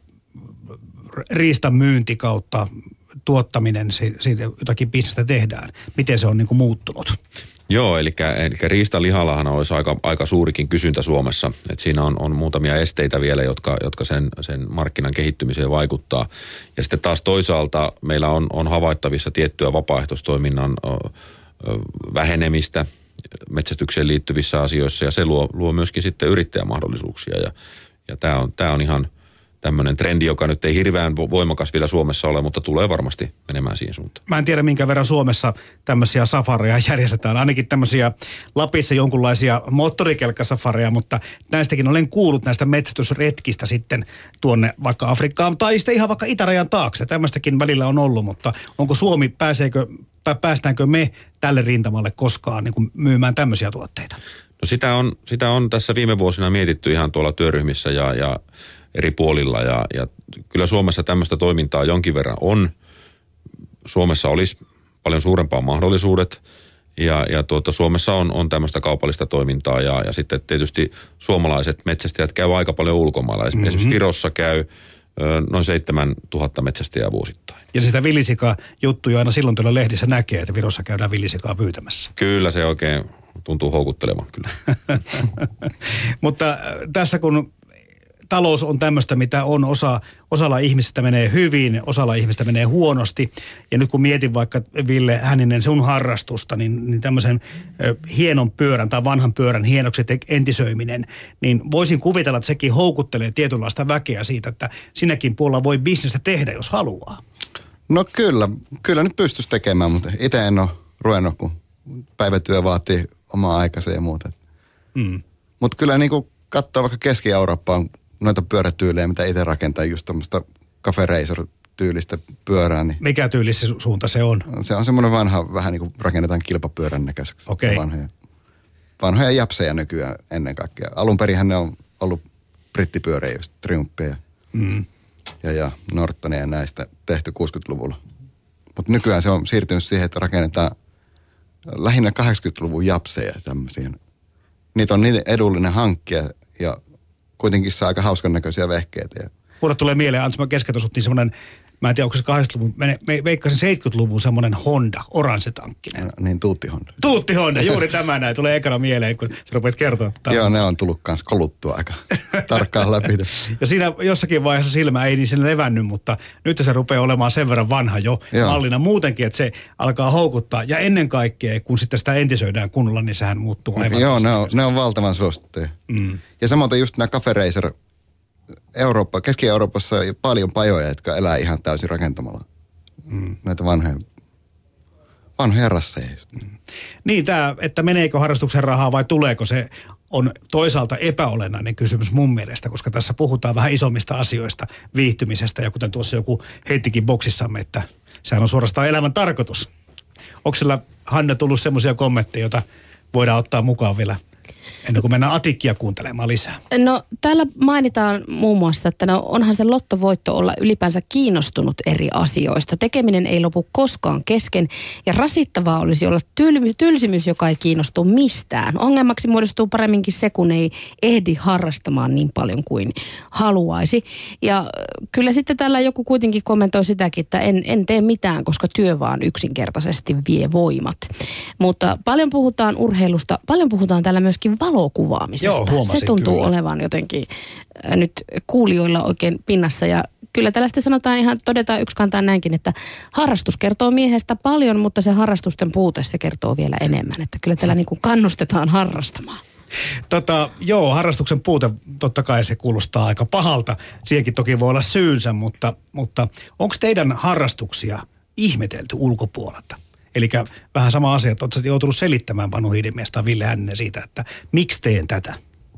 riistan myynti kautta tuottaminen, siitä jotakin bisnestä tehdään. Miten se on niin kuin muuttunut? Joo, eli, eli riistalihallahan olisi aika, aika suurikin kysyntä Suomessa. Et siinä on, on muutamia esteitä vielä, jotka, jotka sen, sen markkinan kehittymiseen vaikuttaa. Ja sitten taas toisaalta meillä on, on havaittavissa tiettyä vapaaehtoistoiminnan ö, ö, vähenemistä metsästykseen liittyvissä asioissa, ja se luo, luo myöskin sitten yrittäjämahdollisuuksia. Ja, ja tämä on, tää on ihan tämmöinen trendi, joka nyt ei hirveän voimakas vielä Suomessa ole, mutta tulee varmasti menemään siihen suuntaan. Mä en tiedä, minkä verran Suomessa tämmöisiä safareja järjestetään. Ainakin tämmöisiä Lapissa jonkunlaisia moottorikelkkasafareja, mutta näistäkin olen kuullut näistä metsätysretkistä sitten tuonne vaikka Afrikkaan tai sitten ihan vaikka itärajan taakse. Tämmöistäkin välillä on ollut, mutta onko Suomi, pääseekö tai päästäänkö me tälle rintamalle koskaan niin kuin myymään tämmöisiä tuotteita? No sitä on, sitä on tässä viime vuosina mietitty ihan tuolla työryhmissä ja, ja eri puolilla ja, ja kyllä Suomessa tämmöistä toimintaa jonkin verran on. Suomessa olisi paljon suurempaa mahdollisuudet ja, ja tuota, Suomessa on, on tämmöistä kaupallista toimintaa ja, ja sitten tietysti suomalaiset metsästäjät käy aika paljon ulkomailla. Esimerkiksi mm-hmm. Virossa käy ö, noin seitsemän tuhatta metsästäjää vuosittain. Ja sitä villisika-juttuja aina silloin tuolla lehdissä näkee, että Virossa käydään villisikaa pyytämässä. Kyllä se oikein tuntuu houkuttelevan kyllä. Mutta tässä kun talous on tämmöistä, mitä on. Osa, osalla ihmisistä menee hyvin, osalla ihmistä menee huonosti. Ja nyt kun mietin vaikka, Ville Hänninen, sun harrastusta, niin, niin tämmöisen ö, hienon pyörän tai vanhan pyörän hienoksi entisöiminen, niin voisin kuvitella, että sekin houkuttelee tietynlaista väkeä siitä, että sinäkin puolella voi bisnestä tehdä, jos haluaa. No kyllä, kyllä nyt pystyisi tekemään, mutta itse en ole ruvennut, kun päivätyö vaatii omaa aikansa ja muuta. Mm. Mutta kyllä niin kuin katsoo vaikka Keski-Eurooppaan noita pyörätyylejä, mitä itse rakentaa, just tuommoista Cafe Racer-tyylistä pyörää. Niin mikä tyylisi suunta se on? Se on semmoinen vanha, vähän niin kuin rakennetaan kilpapyörän näköiseksi. Okei. Okay. Vanhoja, vanhoja japseja nykyään ennen kaikkea. Alun perinhän ne on ollut brittipyöriä, just Triumphia mm. ja, ja Nortonia ja näistä tehty kuusikymmentäluvulla. Mutta nykyään se on siirtynyt siihen, että rakennetaan lähinnä kahdeksankymmentäluvun japseja tämmöisiä. Niitä on niin edullinen hankkia ja kuitenkin saa aika hauskan näköisiä vehkeitä. Mulle tulee mieleen, Antsi, mä keskeytän sut, niin semmoinen, mä en tiedä, onko se kahdeksankymmentäluvun, me, me veikkasin seitsemänkymmentäluvun semmoinen Honda, oranssitankkinen. No, niin, Tuutti Honda. Tuutti Honda, juuri tämä näin, tulee ekana mieleen, kun sä rupeat kertoa. Joo, ne on tullut kans koluttua aika tarkkaan läpi. Ja siinä jossakin vaiheessa silmä ei niin sen levännyt, mutta nyt se rupeaa olemaan sen verran vanha jo Joo. mallina muutenkin, että se alkaa houkuttaa. Ja ennen kaikkea, kun sitten sitä entisöidään kunnolla, niin sehän muuttuu aivan. Joo, ne on, ne on valtavan suosittuja. Mm. Ja samoin just nämä Cafe Racer, Eurooppa, Keski-Euroopassa on paljon pajoja, jotka elää ihan täysin rakentamalla mm. näitä vanhoja, vanhoja rasseja. Mm. Niin, tämä, että meneekö harrastuksen rahaa vai tuleeko se, on toisaalta epäolennainen kysymys mun mielestä, koska tässä puhutaan vähän isommista asioista, viihtymisestä ja kuten tuossa joku heittikin boksissamme, että sehän on suorastaan elämän tarkoitus. Onko sillä, Hanna, tullut semmoisia kommentteja, joita voidaan ottaa mukaan vielä ennen kuin mennään Atikkia kuuntelemaan lisää? No täällä mainitaan muun muassa, että no, onhan se lottovoitto olla ylipäänsä kiinnostunut eri asioista. Tekeminen ei lopu koskaan kesken ja rasittavaa olisi olla tyl- tylsimys, joka ei kiinnostu mistään. Ongelmaksi muodostuu paremminkin se, kun ei ehdi harrastamaan niin paljon kuin haluaisi. Ja kyllä sitten täällä joku kuitenkin kommentoi sitäkin, että en, en tee mitään, koska työ vaan yksinkertaisesti vie voimat. Mutta paljon puhutaan urheilusta, paljon puhutaan täällä myöskin valokuvaamisesta. Joo, se tuntuu kyllä olevan jotenkin äh, nyt kuulijoilla oikein pinnassa ja kyllä tällä sitten sanotaan ihan, todetaan yksikantaan näinkin, että harrastus kertoo miehestä paljon, mutta se harrastusten puute se kertoo vielä enemmän, että kyllä tällä niin kuin kannustetaan harrastamaan. Tota, joo, harrastuksen puute, totta kai se kuulostaa aika pahalta. Siihenkin toki voi olla syynsä, mutta, mutta onko teidän harrastuksia ihmetelty ulkopuolelta? Eli vähän sama asia, että oletko joutunut selittämään Panu Hiidenmies tai Ville Hänninen siitä, että miksi teen tätä?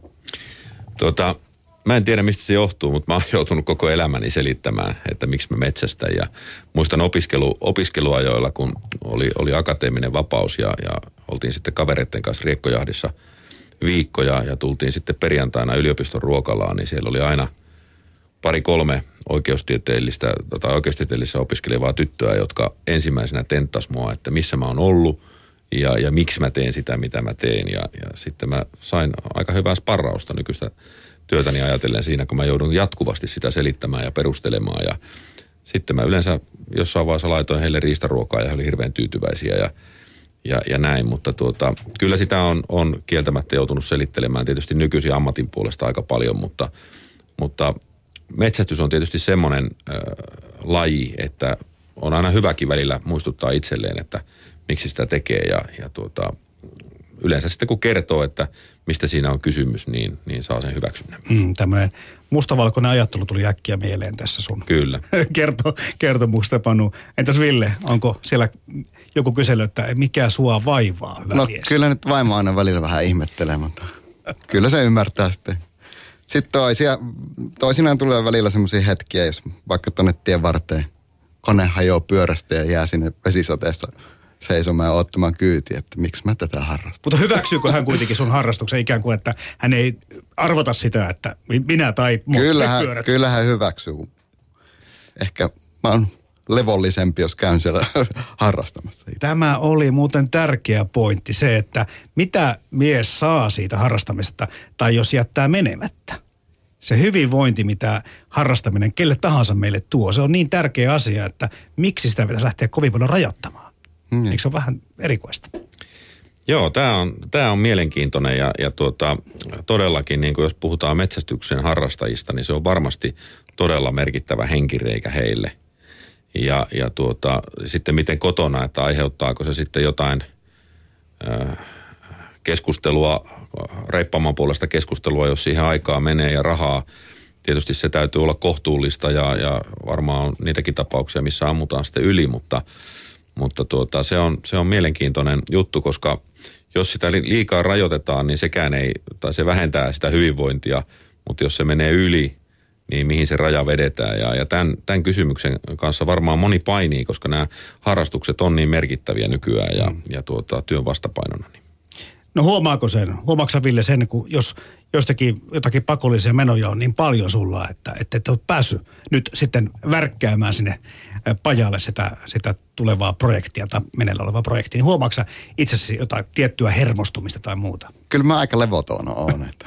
Tota, mä en tiedä, mistä se johtuu, mutta mä oon joutunut koko elämäni selittämään, että miksi mä metsästän. Ja muistan opiskelu, opiskeluajoilla, kun oli, oli akateeminen vapaus ja, ja oltiin sitten kavereiden kanssa riekkojahdissa viikkoja ja tultiin sitten perjantaina yliopiston ruokalaan, niin siellä oli aina pari kolme oikeustieteellistä, tota, oikeustieteellisessä opiskelevaa tyttöä, jotka ensimmäisenä tenttas mua, että missä mä oon ollut ja, ja miksi mä teen sitä, mitä mä teen. Ja, ja sitten mä sain aika hyvää sparrausta nykyistä työtäni ajatellen siinä, kun mä joudun jatkuvasti sitä selittämään ja perustelemaan. Ja sitten mä yleensä jossain vaiheessa laitoin heille riistaruokaa ja he oli hirveän tyytyväisiä ja, ja, ja näin. Mutta tuota, kyllä sitä on, on kieltämättä joutunut selittelemään tietysti nykyisin ammatin puolesta aika paljon, mutta, mutta metsästys on tietysti semmoinen äh, laji, että on aina hyväkin välillä muistuttaa itselleen, että miksi sitä tekee ja, ja tuota, yleensä sitten kun kertoo, että mistä siinä on kysymys, niin, niin saa sen hyväksynnän. Mm, tämmöinen mustavalkoinen ajattelu tuli äkkiä mieleen tässä sun Kyllä. kerto, kertomuksesta, Panu. Entäs Ville, onko siellä joku kysely, että mikä sua vaivaa, hyvä No mies? kyllä nyt vaimo aina välillä vähän ihmettelee, mutta kyllä se ymmärtää sitten. Sitten toisia, toisinaan tulee välillä semmoisia hetkiä, jos vaikka tuonne tien varteen kone hajoaa pyörästä ja jää sinne vesisateessa seisomaan ja ottamaan kyytiä, että miksi mä tätä harrastan. Mutta hyväksyykö hän kuitenkin sun harrastuksen ikään kuin, että hän ei arvota sitä, että minä tai muut kyllähän, pyörät? Kyllä hän hyväksyy. Ehkä mä oon levollisempi, jos käyn siellä harrastamassa. Tämä oli muuten tärkeä pointti, se, että mitä mies saa siitä harrastamisesta tai jos jättää menemättä. Se hyvinvointi, mitä harrastaminen kelle tahansa meille tuo, se on niin tärkeä asia, että miksi sitä pitäisi lähteä kovin paljon rajoittamaan. Mm. Eikö se ole vähän erikoista? Joo, tämä on, tää on mielenkiintoinen ja, ja tuota, todellakin, niin kuin jos puhutaan metsästyksen harrastajista, niin se on varmasti todella merkittävä henkireikä heille. Ja, ja tuota, sitten miten kotona, että aiheuttaako se sitten jotain äh, keskustelua, reippaamaan puolesta keskustelua, jos siihen aikaa menee ja rahaa. Tietysti se täytyy olla kohtuullista ja, ja varmaan on niitäkin tapauksia, missä ammutaan sitten yli, mutta, mutta tuota, se, on, se on mielenkiintoinen juttu, koska jos sitä liikaa rajoitetaan, niin sekään ei, tai se vähentää sitä hyvinvointia, mutta jos se menee yli, niin mihin se raja vedetään. Ja, ja tämän, tämän kysymyksen kanssa varmaan moni painii, koska nämä harrastukset on niin merkittäviä nykyään ja, mm. ja tuota, työn vastapainona. Niin. No huomaako sen, huomaatko Ville sen, kun jos jostakin jotakin pakollisia menoja on niin paljon sulla, että, että et ole päässyt nyt sitten värkkäämään sinne pajalle sitä, sitä tulevaa projektia tai meneillä olevaa projektia, niin huomaatko sä itsesi jotain tiettyä hermostumista tai muuta? Kyllä mä aika levoton oon, että,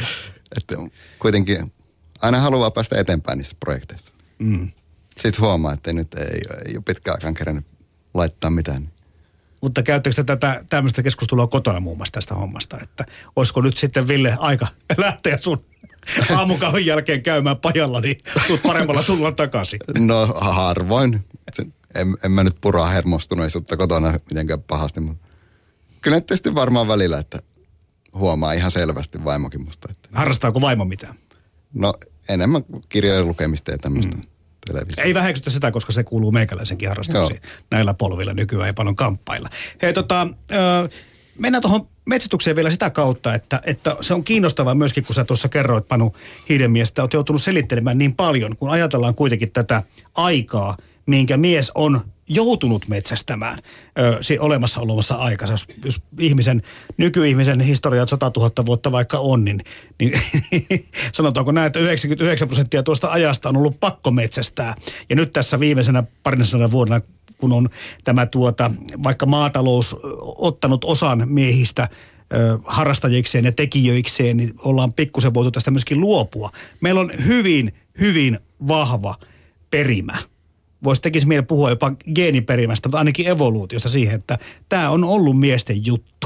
että kuitenkin aina haluaa päästä eteenpäin niissä projekteissa. Mm. Sitten huomaa, että nyt ei, ei ole pitkään aikaan kerännyt laittaa mitään. Mutta käyttekö tätä tämmöistä keskustelua kotona muun muassa tästä hommasta, että olisiko nyt sitten Ville aika lähteä sun aamukahvin jälkeen käymään pajalla, niin tulet paremmalla tulla takaisin? No harvoin. En, en mä nyt puraa hermostuneisuutta kotona mitenkään pahasti, mutta kyllä tietysti varmaan välillä, että huomaa ihan selvästi vaimokin musta. Että... Harrastaako vaimo mitään? No enemmän kirjojen lukemista ja tämmöistä. Mm. Ei väheksytä sitä, koska se kuuluu meikäläisenkin harrastuksiin. Joo. Näillä polvilla nykyään ei paljon kamppailla. Hei tota, ö, mennään tuohon metsästykseen vielä sitä kautta, että, että se on kiinnostavaa myöskin, kun sä tuossa kerroit, Panu Hiidenmies, että oot joutunut selittelemään niin paljon, kun ajatellaan kuitenkin tätä aikaa, minkä mies on joutunut metsästämään ö, olemassa olevassa aikansa. Jos, jos ihmisen, nykyihmisen historiat satatuhatta vuotta vaikka on, niin, niin sanotaanko näin, että yhdeksänkymmentäyhdeksän prosenttia tuosta ajasta on ollut pakko metsästää. Ja nyt tässä viimeisenä parinsadan vuodena, kun on tämä tuota, vaikka maatalous ottanut osan miehistä ö, harrastajikseen ja tekijöikseen, niin ollaan pikkusen voitu tästä myöskin luopua. Meillä on hyvin, hyvin vahva perimä. Voisi tekisi meidän puhua jopa geeniperimästä, mutta ainakin evoluutiosta siihen, että tämä on ollut miesten juttu.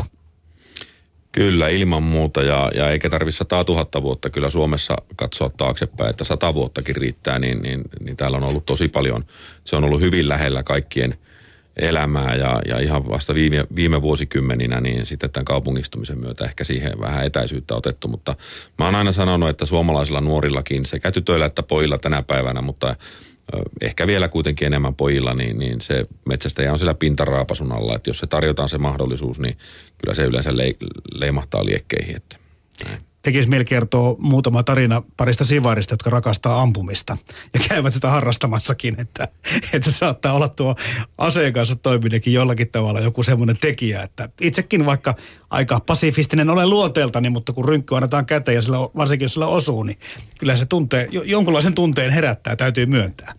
Kyllä, ilman muuta ja, ja eikä tarvitse sataa tuhatta vuotta kyllä Suomessa katsoa taaksepäin, että sata vuottakin riittää, niin, niin, niin täällä on ollut tosi paljon. Se on ollut hyvin lähellä kaikkien elämää ja, ja ihan vasta viime, viime vuosikymmeninä, niin sitten tämän kaupungistumisen myötä ehkä siihen vähän etäisyyttä otettu, mutta mä oon aina sanonut, että suomalaisilla nuorillakin sekä tytöillä että pojilla tänä päivänä, mutta ehkä vielä kuitenkin enemmän pojilla, niin, niin se metsästäjä on siellä pintaraapasun alla, että jos se tarjotaan se mahdollisuus, niin kyllä se yleensä le, leimahtaa liekkeihin. Että, tekisi mieli kertoa muutama tarina parista sivarista, jotka rakastaa ampumista ja käyvät sitä harrastamassakin, että, että se saattaa olla tuo aseen kanssa toimineekin jollakin tavalla joku semmoinen tekijä, että itsekin vaikka aika pasifistinen olen luonteeltani, mutta kun rynkky annetaan käteen ja sillä, varsinkin jos sillä osuu, niin kyllä se tuntee, jonkunlaisen tunteen herättää, täytyy myöntää.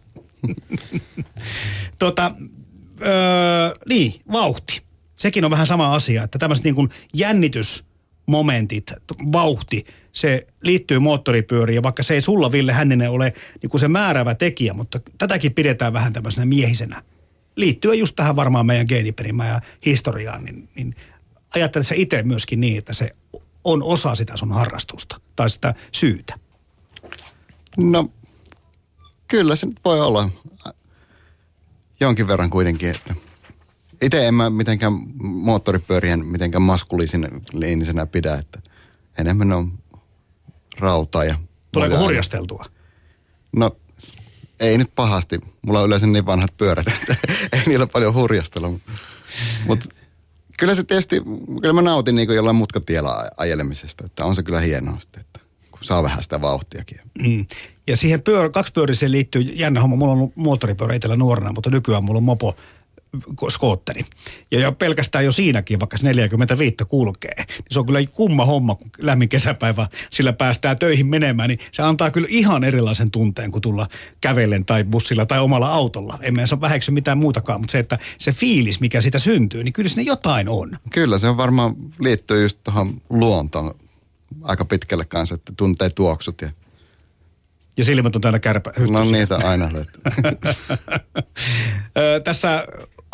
tota, öö, niin, vauhti. Sekin on vähän sama asia, että tämmöiset niin kuin jännitys momentit, vauhti, se liittyy moottoripyöriin ja vaikka se ei sulla, Ville Hänninen, ole niin kuin se määräävä tekijä, mutta tätäkin pidetään vähän tämmöisenä miehisenä. Liittyen just tähän varmaan meidän geeniperimään ja historiaan, niin, niin ajattelet sä itse myöskin niin, että se on osa sitä sun harrastusta tai sitä syytä? No, kyllä se voi olla jonkin verran kuitenkin, että itse en mä mitenkään moottoripyörien mitenkään maskuliinisenä pidä, että enemmän on rautaa ja... Tuleeko hurjasteltua? No, ei nyt pahasti. Mulla on yleensä niin vanhat pyörät, että ei niillä paljon hurjastella. Mutta mut, kyllä se tietysti, kyllä mä nautin niin kuin jollain mutkatiellä ajelemisesta, että on se kyllä hienoa sitten, että kun saa vähän sitä vauhtiakin. Mm. Ja siihen pyör, kaksipyöriseen liittyy jännä homma. Mulla on ollut moottoripyörä itsellä nuorena, mutta nykyään mulla on mopo skootteri. Ja jo pelkästään jo siinäkin, vaikka se neljäkymmentäviisi kulkee, niin se on kyllä kumma homma, kun lämmin kesäpäivä sillä päästään töihin menemään, niin se antaa kyllä ihan erilaisen tunteen, kuin tulla kävellen tai bussilla tai omalla autolla. En mene väheksy mitään muutakaan, mutta se, että se fiilis, mikä siitä syntyy, niin kyllä siinä jotain on. Kyllä, se on varmaan liittyy just tuohon luontoon aika pitkälle kanssa, että tuntee tuoksut ja Ja silmät on täällä kärpä. No niitä aina löytyy. Tässä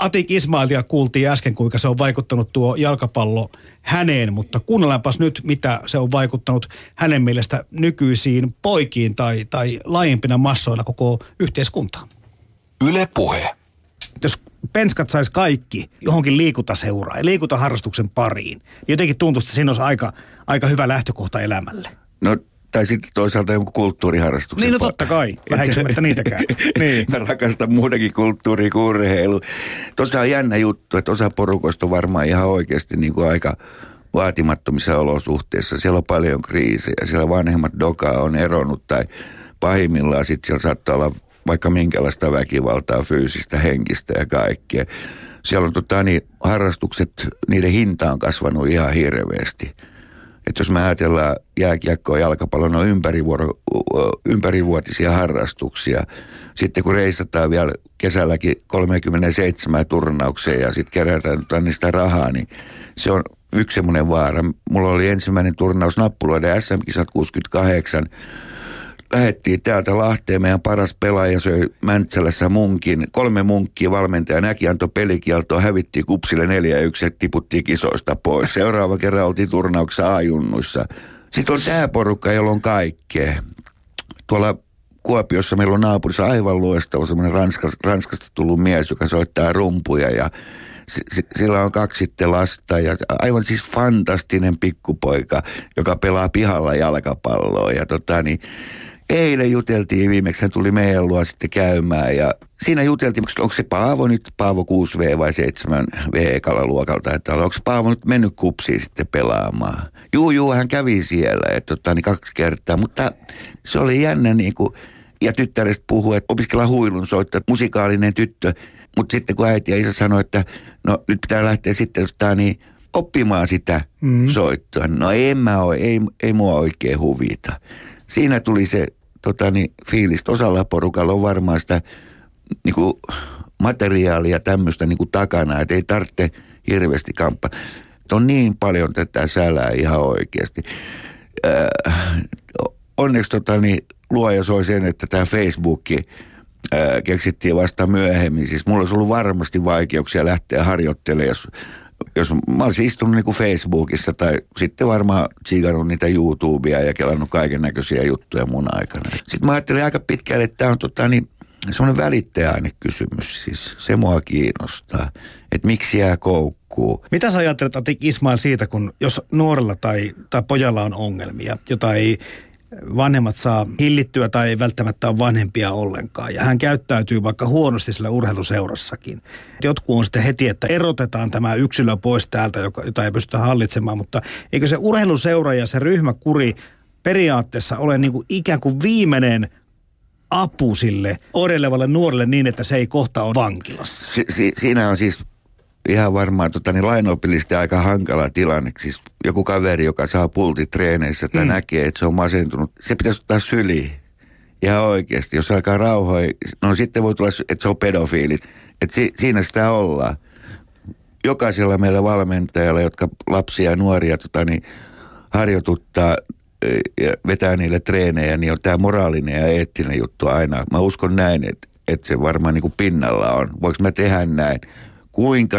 Atik Ismailia kuultiin äsken, kuinka se on vaikuttanut tuo jalkapallo häneen, mutta kuunnellaanpas nyt, mitä se on vaikuttanut hänen mielestä nykyisiin poikiin tai, tai laajempina massoina koko yhteiskuntaan. Yle Puhe. Jos penskat sais kaikki johonkin liikuntaseuraan ja liikuntaharrastuksen pariin, niin jotenkin tuntuisi, että siinä olisi aika, aika hyvä lähtökohta elämälle. No, tai sitten toisaalta jonkun kulttuuriharrastuksen. Niin, no totta kai. Väheksymättä niitäkään. Niin. Mä rakastan muutakin kulttuuria kuin urheilu. Tuossa on jännä juttu, että osa porukoista on varmaan ihan oikeasti niin kuin aika vaatimattomissa olosuhteissa. Siellä on paljon kriisejä. Siellä vanhemmat doka on eronnut tai pahimmillaan sitten siellä saattaa olla vaikka minkälaista väkivaltaa, fyysistä, henkistä ja kaikkea. Siellä on tota, niin, harrastukset, niiden hinta on kasvanut ihan hirveästi. Että jos me ajatellaan jääkiekkoa, jalkapalloa, ne on ympärivuoro, ympärivuotisia harrastuksia. Sitten kun reisataan vielä kesälläkin kolmekymmentäseitsemän turnaukseen ja sitten kerätään niistä rahaa, niin se on yksi semmoinen vaara. Mulla oli ensimmäinen turnaus nappuloiden S M-kisat kuusikymmentäkahdeksan. Lähettiin täältä Lahteen, meidän paras pelaaja söi Mäntsälässä munkin. Kolme munkkia valmentaja näki, antoi pelikieltoa, hävittiin Kupsille neljä yksi ja tiputtiin kisoista pois. Seuraava kerran oltiin turnauksessa A-junnuissa. Sitten on tämä porukka, jolla on kaikkea. Tuolla Kuopiossa meillä on naapurissa aivan loistava semmoinen Ranskasta, Ranskasta tullut mies, joka soittaa rumpuja ja sillä on kaksi sitten lasta ja aivan siis fantastinen pikkupoika, joka pelaa pihalla jalkapalloa ja tota niin, eilen juteltiin viimeksi, hän tuli meidän luo sitten käymään ja siinä juteltiin, onko se Paavo nyt, Paavo kuusi V vai seitsemän V ekalla luokalta, että onko se Paavo nyt mennyt Kupsiin sitten pelaamaan. Juu, juu, hän kävi siellä, että tota, niin kaksi kertaa, mutta se oli jännä niin kuin, ja tyttärestä puhui, että opiskellaan huilun soittaa, musikaalinen tyttö, mutta sitten kun äiti ja isä sanoi, että no nyt pitää lähteä sitten tota, niin, oppimaan sitä mm. soittoa. No en mä ole, ei, ei mua oikein huvita. Siinä tuli se tota, niin, fiilis. Osalla porukalla on varmaan sitä niin kuin, materiaalia tämmöistä niin kuin takana, että ei tarvitse hirveästi kamppaa. On niin paljon tätä sälää ihan oikeasti. Äh, onneksi tota, niin, luoja soi sen, että tämä Facebookki ää, keksittiin vasta myöhemmin. Siis mulla olisi ollut varmasti vaikeuksia lähteä harjoittelemaan, jos, jos mä olisin istunut niin kuin Facebookissa tai sitten varmaan tsiikannut niitä YouTubea ja kelannut kaiken näköisiä juttuja mun aikana. Sitten mä ajattelin aika pitkälle, että tämä on tota, niin, semmoinen välittäjäainekysymys. Siis se mua kiinnostaa, että miksi jää koukkuu. Mitä sä ajattelet, Atik Ismail, siitä, kun jos nuorella tai, tai pojalla on ongelmia, jota ei vanhemmat saa hillittyä tai ei välttämättä ole vanhempia ollenkaan. Ja hän käyttäytyy vaikka huonosti sillä urheiluseurassakin. Jotkut on sitten heti, että erotetaan tämä yksilö pois täältä, jota ei pystytä hallitsemaan. Mutta eikö se urheiluseura ja se ryhmäkuri periaatteessa ole niin kuin ikään kuin viimeinen apu sille oireilevalle nuorelle niin, että se ei kohta ole vankilassa? Si- si- siinä on siis ihan varmaan tota, niin lainopillisesti aika hankala tilanne. Siis joku kaveri, joka saa pultitreeneissä tai mm. näkee, että se on masentunut, se pitäisi ottaa syliin. Ihan oikeasti. Jos alkaa rauhoa, no sitten voi tulla, että se on pedofiili. Että si- siinä sitä ollaan. Jokaisella meillä valmentajalla, jotka lapsia ja nuoria tota, niin, harjoituttaa ja vetää niille treenejä, niin on tämä moraalinen ja eettinen juttu aina. Mä uskon näin, että, että se varmaan niin kuin pinnalla on. Voinko mä tehdä näin? Kuinka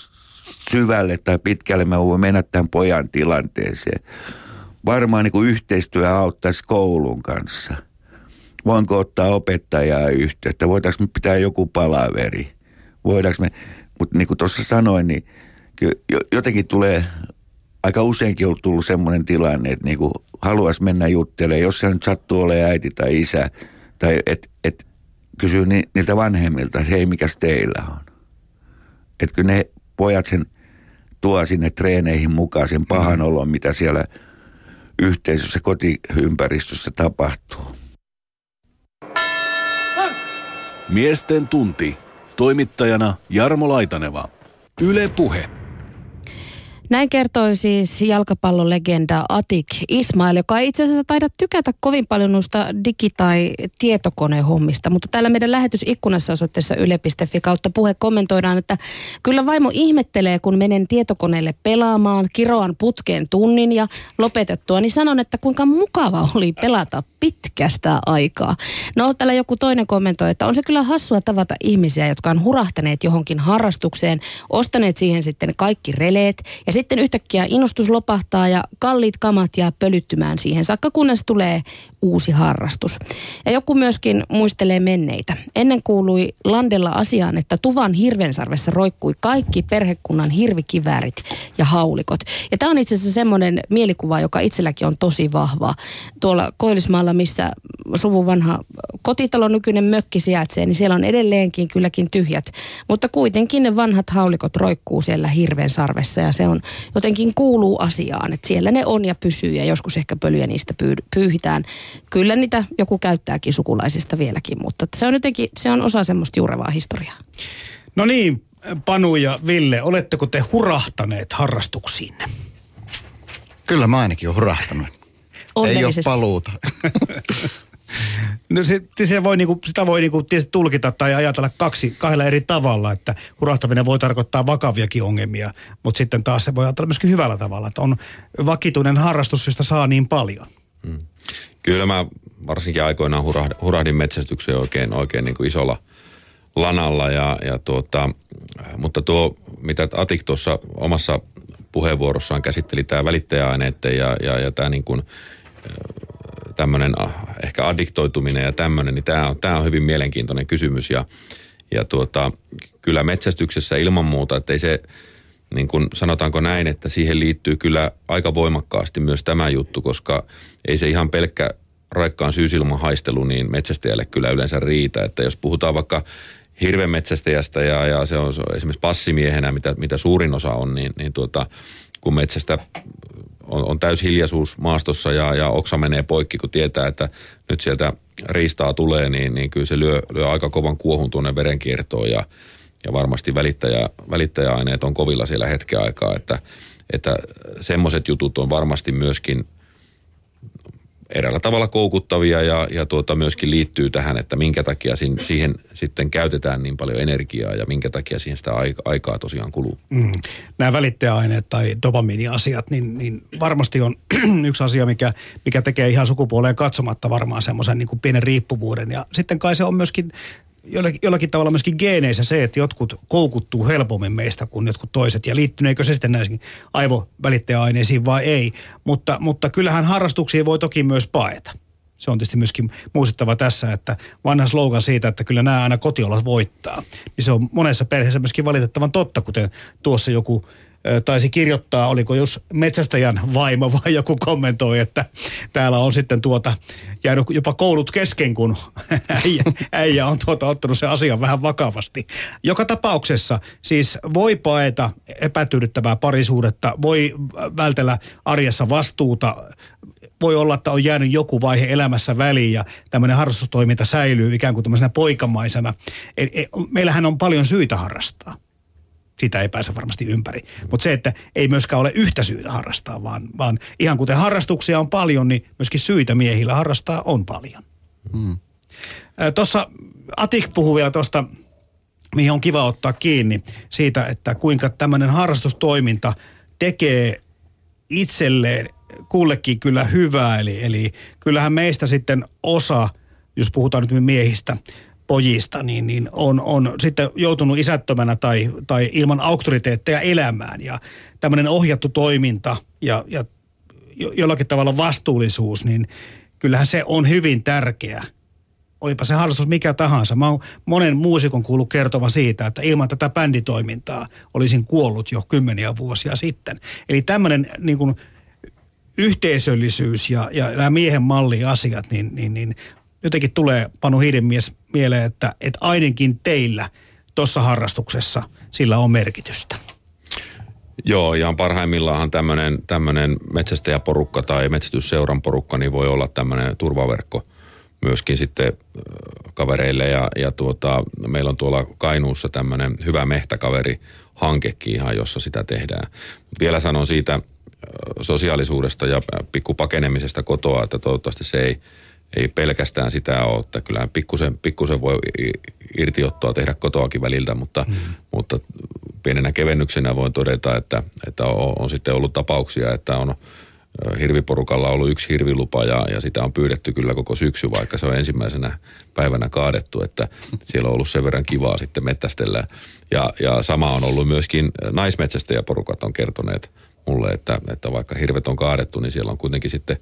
syvälle tai pitkälle mä voin mennä tämän pojan tilanteeseen. Varmaan niin kuin yhteistyö auttaisi koulun kanssa. Voinko ottaa opettajaa yhteyttä? Voidaanko me pitää joku palaveri? Voidaanko me, mutta niin kuin tuossa sanoin, niin jotenkin tulee, aika useinkin on tullut semmoinen tilanne, että niin kuin haluaisi mennä juttelemaan, jos se nyt sattuu olemaan äiti tai isä, tai että et kysyy ni, niiltä vanhemmilta, että hei, mikäs teillä on? Että kyllä ne pojat sen tuo sinne treeneihin mukaan sen pahan olon, mitä siellä yhteisössä, kotiympäristössä tapahtuu. Miesten tunti. Toimittajana Jarmo Laitaneva. Yle Puhe. Näin kertoi siis jalkapallolegenda Atik Ismail, joka ei itse asiassa taida tykätä kovin paljon noista digi- tai tietokonehommista, mutta täällä meidän lähetysikkunassa osoitteessa yle piste fi kautta puhe kommentoidaan, että kyllä vaimo ihmettelee, kun menen tietokoneelle pelaamaan, kiroan putkeen tunnin ja lopetettua, niin sanon, että kuinka mukava oli pelata pitkästä aikaa. No, täällä joku toinen kommentoi, että on se kyllä hassua tavata ihmisiä, jotka on hurahtaneet johonkin harrastukseen, ostaneet siihen sitten kaikki releet ja sitten yhtäkkiä innostus lopahtaa ja kalliit kamat jää pölyttymään siihen saakka, kunnes tulee uusi harrastus. Ja joku myöskin muistelee menneitä. Ennen kuului Landella asiaan, että tuvan hirvensarvessa roikkui kaikki perhekunnan hirvikiväärit ja haulikot. Ja tämä on itse asiassa semmoinen mielikuva, joka itselläkin on tosi vahva. Tuolla Koillismaalla, missä suvun vanha kotitalo, nykyinen mökki sijaitsee, niin siellä on edelleenkin kylläkin tyhjät. Mutta kuitenkin ne vanhat haulikot roikkuu siellä hirvensarvessa ja se on jotenkin kuuluu asiaan, että siellä ne on ja pysyy ja joskus ehkä pölyjä niistä pyy- pyyhitään. Kyllä niitä joku käyttääkin sukulaisista vieläkin, mutta se on jotenkin, se on osa semmoista juurevaa historiaa. No niin, Panu ja Ville, oletteko te hurahtaneet harrastuksiinne? Kyllä mä ainakin olen hurahtanut. Ei ole paluuta. No se, se voi niinku, sitä voi niinku tietysti tulkita tai ajatella kaksi, kahdella eri tavalla, että hurahtaminen voi tarkoittaa vakaviakin ongelmia, mutta sitten taas se voi ajatella myöskin hyvällä tavalla, että on vakituinen harrastus, josta saa niin paljon. Hmm. Kyllä mä varsinkin aikoinaan hurahdin, hurahdin metsästykseen oikein, oikein niin kuin isolla lanalla, ja, ja tuota, mutta tuo, mitä Atik tuossa omassa puheenvuorossaan käsitteli, tämä välittäjäaineiden ja, ja, ja tämä niin kuin tämmöinen ehkä addiktoituminen ja tämmöinen, niin tämä on, tämä on hyvin mielenkiintoinen kysymys ja, ja tuota, kyllä metsästyksessä ilman muuta, että ei se, niin kuin sanotaanko näin, että siihen liittyy kyllä aika voimakkaasti myös tämä juttu, koska ei se ihan pelkkä raikkaan syysilman haistelu niin metsästäjälle kyllä yleensä riitä, että jos puhutaan vaikka hirvenmetsästäjästä ja, ja se, on, se on esimerkiksi passimiehenä, mitä, mitä suurin osa on, niin, niin tuota, kun metsästä on, on täys hiljaisuus maastossa ja, ja oksa menee poikki, kun tietää, että nyt sieltä riistaa tulee, niin, niin kyllä se lyö, lyö aika kovan kuohun tuonne verenkiertoon ja, ja varmasti välittäjä, välittäjäaineet on kovilla siellä hetken aikaa, että, että semmoiset jutut on varmasti myöskin eräällä tavalla koukuttavia ja, ja tuota myöskin liittyy tähän, että minkä takia siihen, siihen sitten käytetään niin paljon energiaa ja minkä takia siihen sitä aikaa tosiaan kuluu. Mm. Nämä välittäjäaineet tai dopamiiniasiat, niin, niin varmasti on yksi asia, mikä, mikä tekee ihan sukupuoleen katsomatta varmaan semmoisen niin kuin pienen riippuvuuden. Ja sitten kai se on myöskin jollakin, jollakin tavalla myöskin geeneissä se, että jotkut koukuttuu helpommin meistä kuin jotkut toiset. Ja liittyneekö se sitten näihin aivovälittäjäaineisiin vai ei. Mutta, mutta kyllähän harrastuksia voi toki myös paeta. Se on tietysti myöskin muistettava tässä, että vanha slogan siitä, että kyllä nämä aina kotiolot voittaa. Niin se on monessa perheessä myöskin valitettavan totta, kuten tuossa joku taisi kirjoittaa, oliko jos metsästäjän vaimo vai joku kommentoi, että täällä on sitten tuota jäänyt jopa koulut kesken, kun äijä, äijä on tuota ottanut sen asian vähän vakavasti. Joka tapauksessa siis voi paeta epätyydyttävää parisuudetta, voi vältellä arjessa vastuuta, voi olla, että on jäänyt joku vaihe elämässä väliin ja tämmöinen harrastustoiminta säilyy ikään kuin tämmöisenä poikamaisena. Meillähän on paljon syitä harrastaa. Siitä ei pääse varmasti ympäri. Mutta se, että ei myöskään ole yhtä syytä harrastaa, vaan, vaan ihan kuten harrastuksia on paljon, niin myöskin syitä miehillä harrastaa on paljon. Hmm. Tuossa Atik puhui vielä tuosta, mihin on kiva ottaa kiinni, siitä, että kuinka tämmöinen harrastustoiminta tekee itselleen kullekin kyllä hyvää. Eli, eli kyllähän meistä sitten osa, jos puhutaan nyt miehistä, pojista, niin, niin on, on sitten joutunut isättömänä tai, tai ilman auktoriteetteja elämään. Ja tämmöinen ohjattu toiminta ja, ja jo, jollakin tavalla vastuullisuus, niin kyllähän se on hyvin tärkeä. Olipa se harrastus mikä tahansa. Mä oon monen muusikon kuullut kertovan siitä, että ilman tätä bänditoimintaa olisin kuollut jo kymmeniä vuosia sitten. Eli tämmöinen niin kuin yhteisöllisyys ja, ja nämä miehen malliasiat, niin, niin, niin jotenkin tulee Panu Hiidenmies mieleen, että, että ainakin teillä tuossa harrastuksessa sillä on merkitystä. Joo, ihan parhaimmillaan tämmöinen, tämmöinen metsästäjäporukka tai metsästysseuran porukka niin voi olla tämmöinen turvaverkko myöskin sitten kavereille. Ja, ja tuota, meillä on tuolla Kainuussa tämmöinen hyvä mehtäkaveri hankekin ihan, jossa sitä tehdään. Mut vielä sanon siitä sosiaalisuudesta ja pikkupakenemisesta kotoa, että toivottavasti se ei, ei pelkästään sitä ole, että kyllähän pikkusen, pikkusen voi irtiottoa tehdä kotoakin väliltä, mutta, mm. mutta pienenä kevennyksenä voin todeta, että, että on, on sitten ollut tapauksia, että on hirviporukalla ollut yksi hirvilupa ja, ja sitä on pyydetty kyllä koko syksy, vaikka se on ensimmäisenä päivänä kaadettu, että siellä on ollut sen verran kivaa sitten mettästellä. Ja, ja sama on ollut myöskin naismetsästäjäporukat on kertoneet mulle, että, että vaikka hirvet on kaadettu, niin siellä on kuitenkin sitten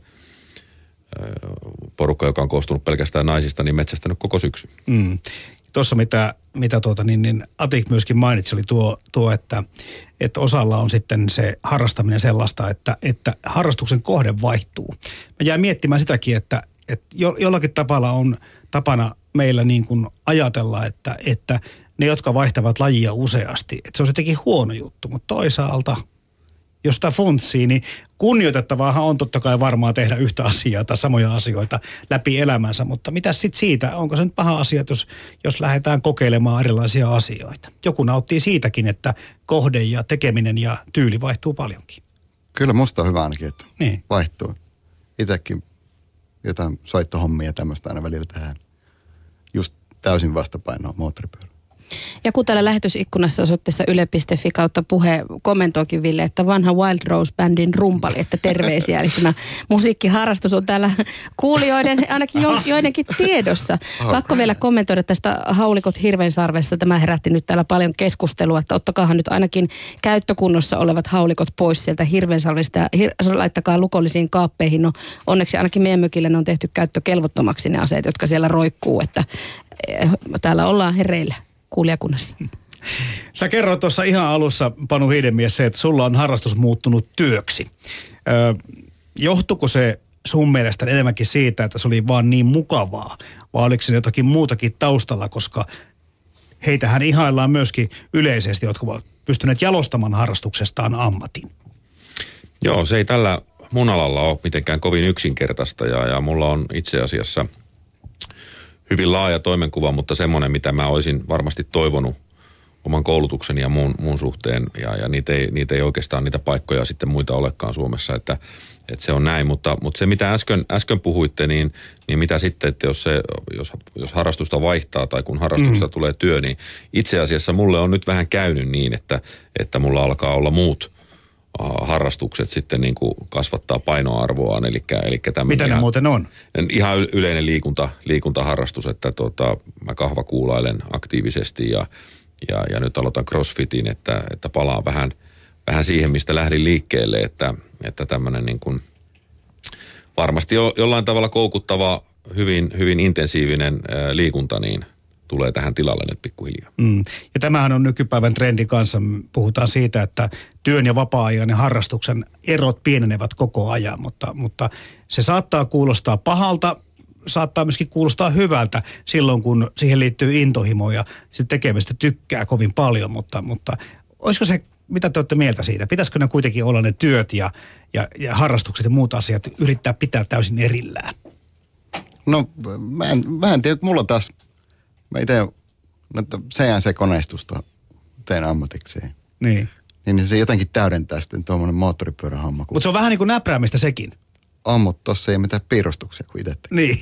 porukka, joka on koostunut pelkästään naisista, niin metsästänyt koko syksy. Mm. Tuossa mitä, mitä tuota, niin, niin Atik myöskin mainitsi, oli tuo, tuo että, että osalla on sitten se harrastaminen sellaista, että, että harrastuksen kohde vaihtuu. Mä jäin miettimään sitäkin, että, että jo, jollakin tapalla on tapana meillä niin kuin ajatella, että, että ne, jotka vaihtavat lajia useasti, että se on jotenkin huono juttu, mutta toisaalta jos sitä funtsii, niin kunnioitettavaahan on totta kai varmaan tehdä yhtä asiaa tai samoja asioita läpi elämänsä, mutta mitä sitten siitä, onko se nyt paha asia, jos, jos lähdetään kokeilemaan erilaisia asioita? Joku nauttii siitäkin, että kohde ja tekeminen ja tyyli vaihtuu paljonkin. Kyllä musta on hyvä ainakin, että niin. vaihtuu. Itsekin jotain soittohommia ja tämmöistä aina välillä tehdään. Just täysin vastapainoa moottoripyörällä. Ja kun täällä lähetysikkunassa osoitteessa yle piste fi kautta puhe kommentoikin Ville, että vanha Wild Rose-bändin rumpali, että terveisiä. Eli tämä musiikkiharrastus on täällä kuulijoiden, ainakin jo, joidenkin tiedossa. Pakko vielä kommentoida tästä haulikot Hirvensarvessa. Tämä herätti nyt täällä paljon keskustelua, että ottakaahan nyt ainakin käyttökunnossa olevat haulikot pois sieltä Hirvensarvesta ja hir- laittakaa lukollisiin kaappeihin. No onneksi ainakin meidän mökillä ne on tehty käyttökelvottomaksi ne aseet, jotka siellä roikkuu, että täällä ollaan hereillä kuulijakunnassa. Sä kerroit tuossa ihan alussa, Panu Hiidenmies, se, että sulla on harrastus muuttunut työksi. Ö, johtuiko se sun mielestä enemmänkin siitä, että se oli vaan niin mukavaa, vai oliko se jotakin muutakin taustalla, koska heitähän ihaillaan myöskin yleisesti, jotka ovat pystyneet jalostamaan harrastuksestaan ammatin. Joo, se ei tällä mun alalla ole mitenkään kovin yksinkertaista ja, ja mulla on itse asiassa hyvin laaja toimenkuva, mutta semmoinen, mitä mä olisin varmasti toivonut oman koulutukseni ja muun, muun suhteen. Ja, ja niitä, ei, niitä ei oikeastaan niitä paikkoja sitten muita olekaan Suomessa, että, että se on näin. Mutta, mutta se, mitä äsken, äsken puhuitte, niin, niin mitä sitten, että jos, se, jos, jos harrastusta vaihtaa tai kun harrastusta mm. tulee työ, niin itse asiassa mulle on nyt vähän käynyt niin, että, että mulla alkaa olla muut harrastukset sitten niin kuin kasvattaa painoarvoaan. Eli, eli mitä ne ihan, muuten on? Ihan yleinen liikunta, liikuntaharrastus, että tota, mä kahvakuulailen aktiivisesti ja, ja, ja nyt aloitan crossfitin, että, että palaan vähän, vähän siihen, mistä lähdin liikkeelle, että, että tämmöinen niin kuin varmasti jo, jollain tavalla koukuttava, hyvin, hyvin intensiivinen ää, liikunta, niin tulee tähän tilalle nyt pikkuhiljaa. Mm. Ja tämähän on nykypäivän trendi kanssa. Puhutaan siitä, että työn ja vapaa-ajan ja harrastuksen erot pienenevät koko ajan, mutta, mutta se saattaa kuulostaa pahalta, saattaa myöskin kuulostaa hyvältä silloin, kun siihen liittyy intohimo ja se tekemistä tykkää kovin paljon, mutta, mutta olisiko se, mitä te olette mieltä siitä? Pitäisikö ne kuitenkin olla ne työt ja, ja, ja harrastukset ja muut asiat yrittää pitää täysin erillään? No mä en, mä en tiedä, mulla taas mä itse C N C-koneistusta teen ammatikseen. Niin. Niin se jotenkin täydentää sitten tuommoinen moottoripyörähomma. Mutta se on vähän niin kuin näpräämistä sekin. On, mutta tossa ei mitään piirustuksia kuin itse. Niin.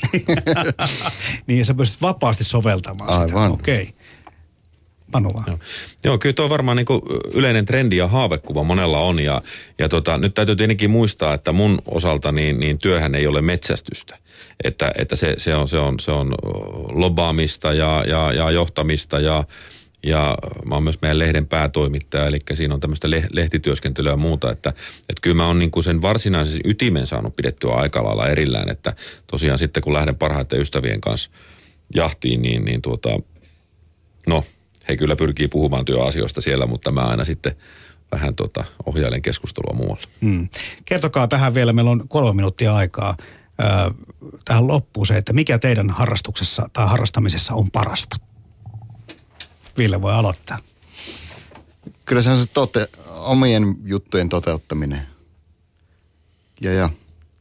Niin, ja sä pystyt vapaasti soveltamaan Aivan. sitä. Okei. Okay. Panu vaan. Joo. Joo, kyllä tuo varmaan niin kuin yleinen trendi ja haavekuva monella on. Ja, ja tota, nyt täytyy tietenkin muistaa, että mun osalta niin, niin työhän ei ole metsästystä. Että, että se, se, on, se, on, se on lobaamista ja, ja, ja johtamista ja, ja mä oon myös meidän lehden päätoimittaja, eli siinä on tämmöistä lehtityöskentelyä ja muuta, että, että kyllä mä oon niin kuin sen varsinaisen ytimen saanut pidettyä aika lailla erillään, että tosiaan sitten kun lähden parhaiten ystävien kanssa jahtiin, niin, niin tuota, no he kyllä pyrkii puhumaan työasioista siellä, mutta mä aina sitten vähän tota, ohjailen keskustelua muualla. Hmm. Kertokaa tähän vielä, meillä on kolme minuuttia aikaa tähän loppuun se, että mikä teidän harrastuksessa tai harrastamisessa on parasta? Ville voi aloittaa. Kyllä se on se tote, omien juttujen toteuttaminen. Ja ja.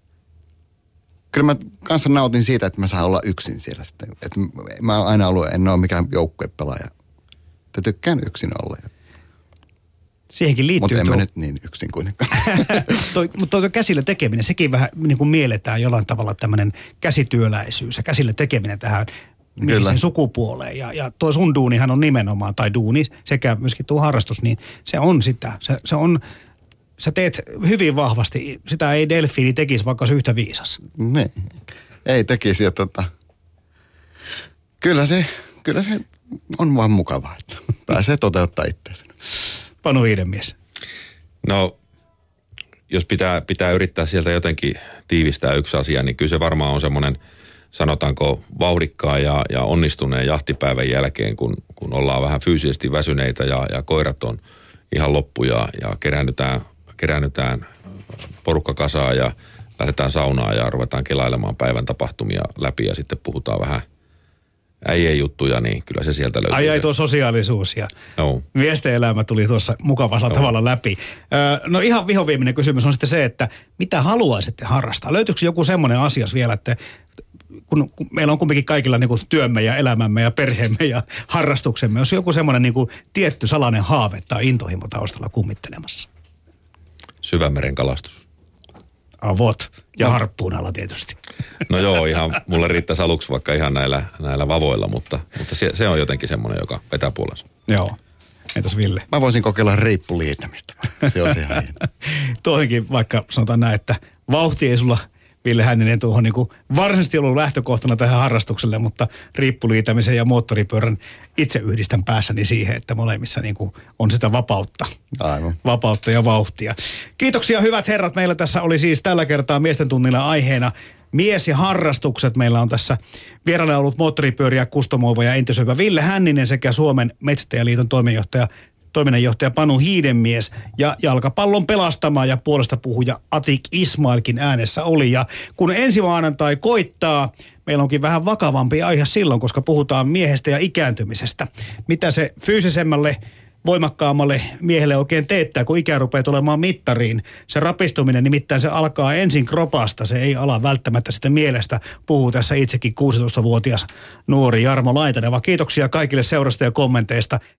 Kyllä mä kanssa nautin siitä, että mä saan olla yksin siellä sitten. Että mä oon aina ollut, en ole mikään joukkuepelaaja. Että tykkään yksin olla. Siihenkin liittyy Mutta en tuo... mä nyt niin yksin kuitenkaan. toi, mutta tuo käsillä tekeminen, sekin vähän niin kuin mielletään jollain tavalla tämmöinen käsityöläisyys ja käsillä tekeminen tähän miehisen sukupuoleen. Ja, ja tuo sun duunihan on nimenomaan, tai duuni sekä myöskin tuo harrastus, niin se on sitä. Se, se on, sä teet hyvin vahvasti. Sitä ei delfiini tekisi, vaikka se yhtä viisas. Niin. Ei tekisi. Ja tota, kyllä, se, kyllä se on vaan mukavaa, että pääsee toteuttaa itseänsä. Panu Hiidenmies. No, jos pitää, pitää yrittää sieltä jotenkin tiivistää yksi asia, niin kyllä se varmaan on semmoinen, sanotaanko, vauhdikkaan ja, ja onnistuneen jahtipäivän jälkeen, kun, kun ollaan vähän fyysisesti väsyneitä ja, ja koirat on ihan loppu ja, ja keräännytään, keräännytään porukka kasaan ja lähdetään saunaan ja ruvetaan kelailemaan päivän tapahtumia läpi ja sitten puhutaan vähän äijien juttuja, niin kyllä se sieltä löytyy. Ai ai tuo sosiaalisuus ja no. miesten elämä tuli tuossa mukavalla no. tavalla läpi. Öö, no ihan vihoviimeinen kysymys on sitten se, että mitä haluaisitte harrastaa? Löytyykö joku semmoinen asia vielä, että kun, kun meillä on kumminkin kaikilla niin kuin työmme ja elämämme ja perheemme ja harrastuksemme, jos joku semmoinen niin kuin tietty salainen haave tai intohimo taustalla kummittelemassa? Syvämeren kalastus. Avot ja no. harppuun alla tietysti. No joo, ihan mulle riittäisi aluksi vaikka ihan näillä, näillä vavoilla, mutta, mutta se, se on jotenkin semmoinen, joka vetää puolensa. Joo. Entäs Ville? Mä voisin kokeilla reippuliitämistä. Se on ihan hieno. Tuohonkin vaikka sanotaan näin, että vauhti ei sulla, Ville Hänninen, tuohon niin kuin varsinaisesti ollut lähtökohtana tähän harrastukselle, mutta riippuliitämisen ja moottoripyörän itse yhdistän päässäni siihen, että molemmissa niin kuin on sitä vapautta. Aivan. Vapautta ja vauhtia. Kiitoksia hyvät herrat. Meillä tässä oli siis tällä kertaa miesten tunnilla aiheena mies ja harrastukset. Meillä on tässä vieraana ollut moottoripyöriä kustomoiva ja entisöivä Ville Hänninen sekä Suomen Metsästäjäliiton toiminnanjohtaja toiminnanjohtaja Panu Hiidenmies ja jalkapallon pelastama ja puolesta puhuja Atik Ismailkin äänessä oli. Ja kun ensi maanantai koittaa, meillä onkin vähän vakavampi aihe silloin, koska puhutaan miehestä ja ikääntymisestä. Mitä se fyysisemmälle, voimakkaammalle miehelle oikein teettää, kun ikä rupeaa tulemaan mittariin. Se rapistuminen nimittäin se alkaa ensin kropasta, se ei ala välttämättä sitten mielestä. Puhuu tässä itsekin kuusitoistavuotias nuori Jarmo Laitanen. Kiitoksia kaikille seurasta ja kommenteista.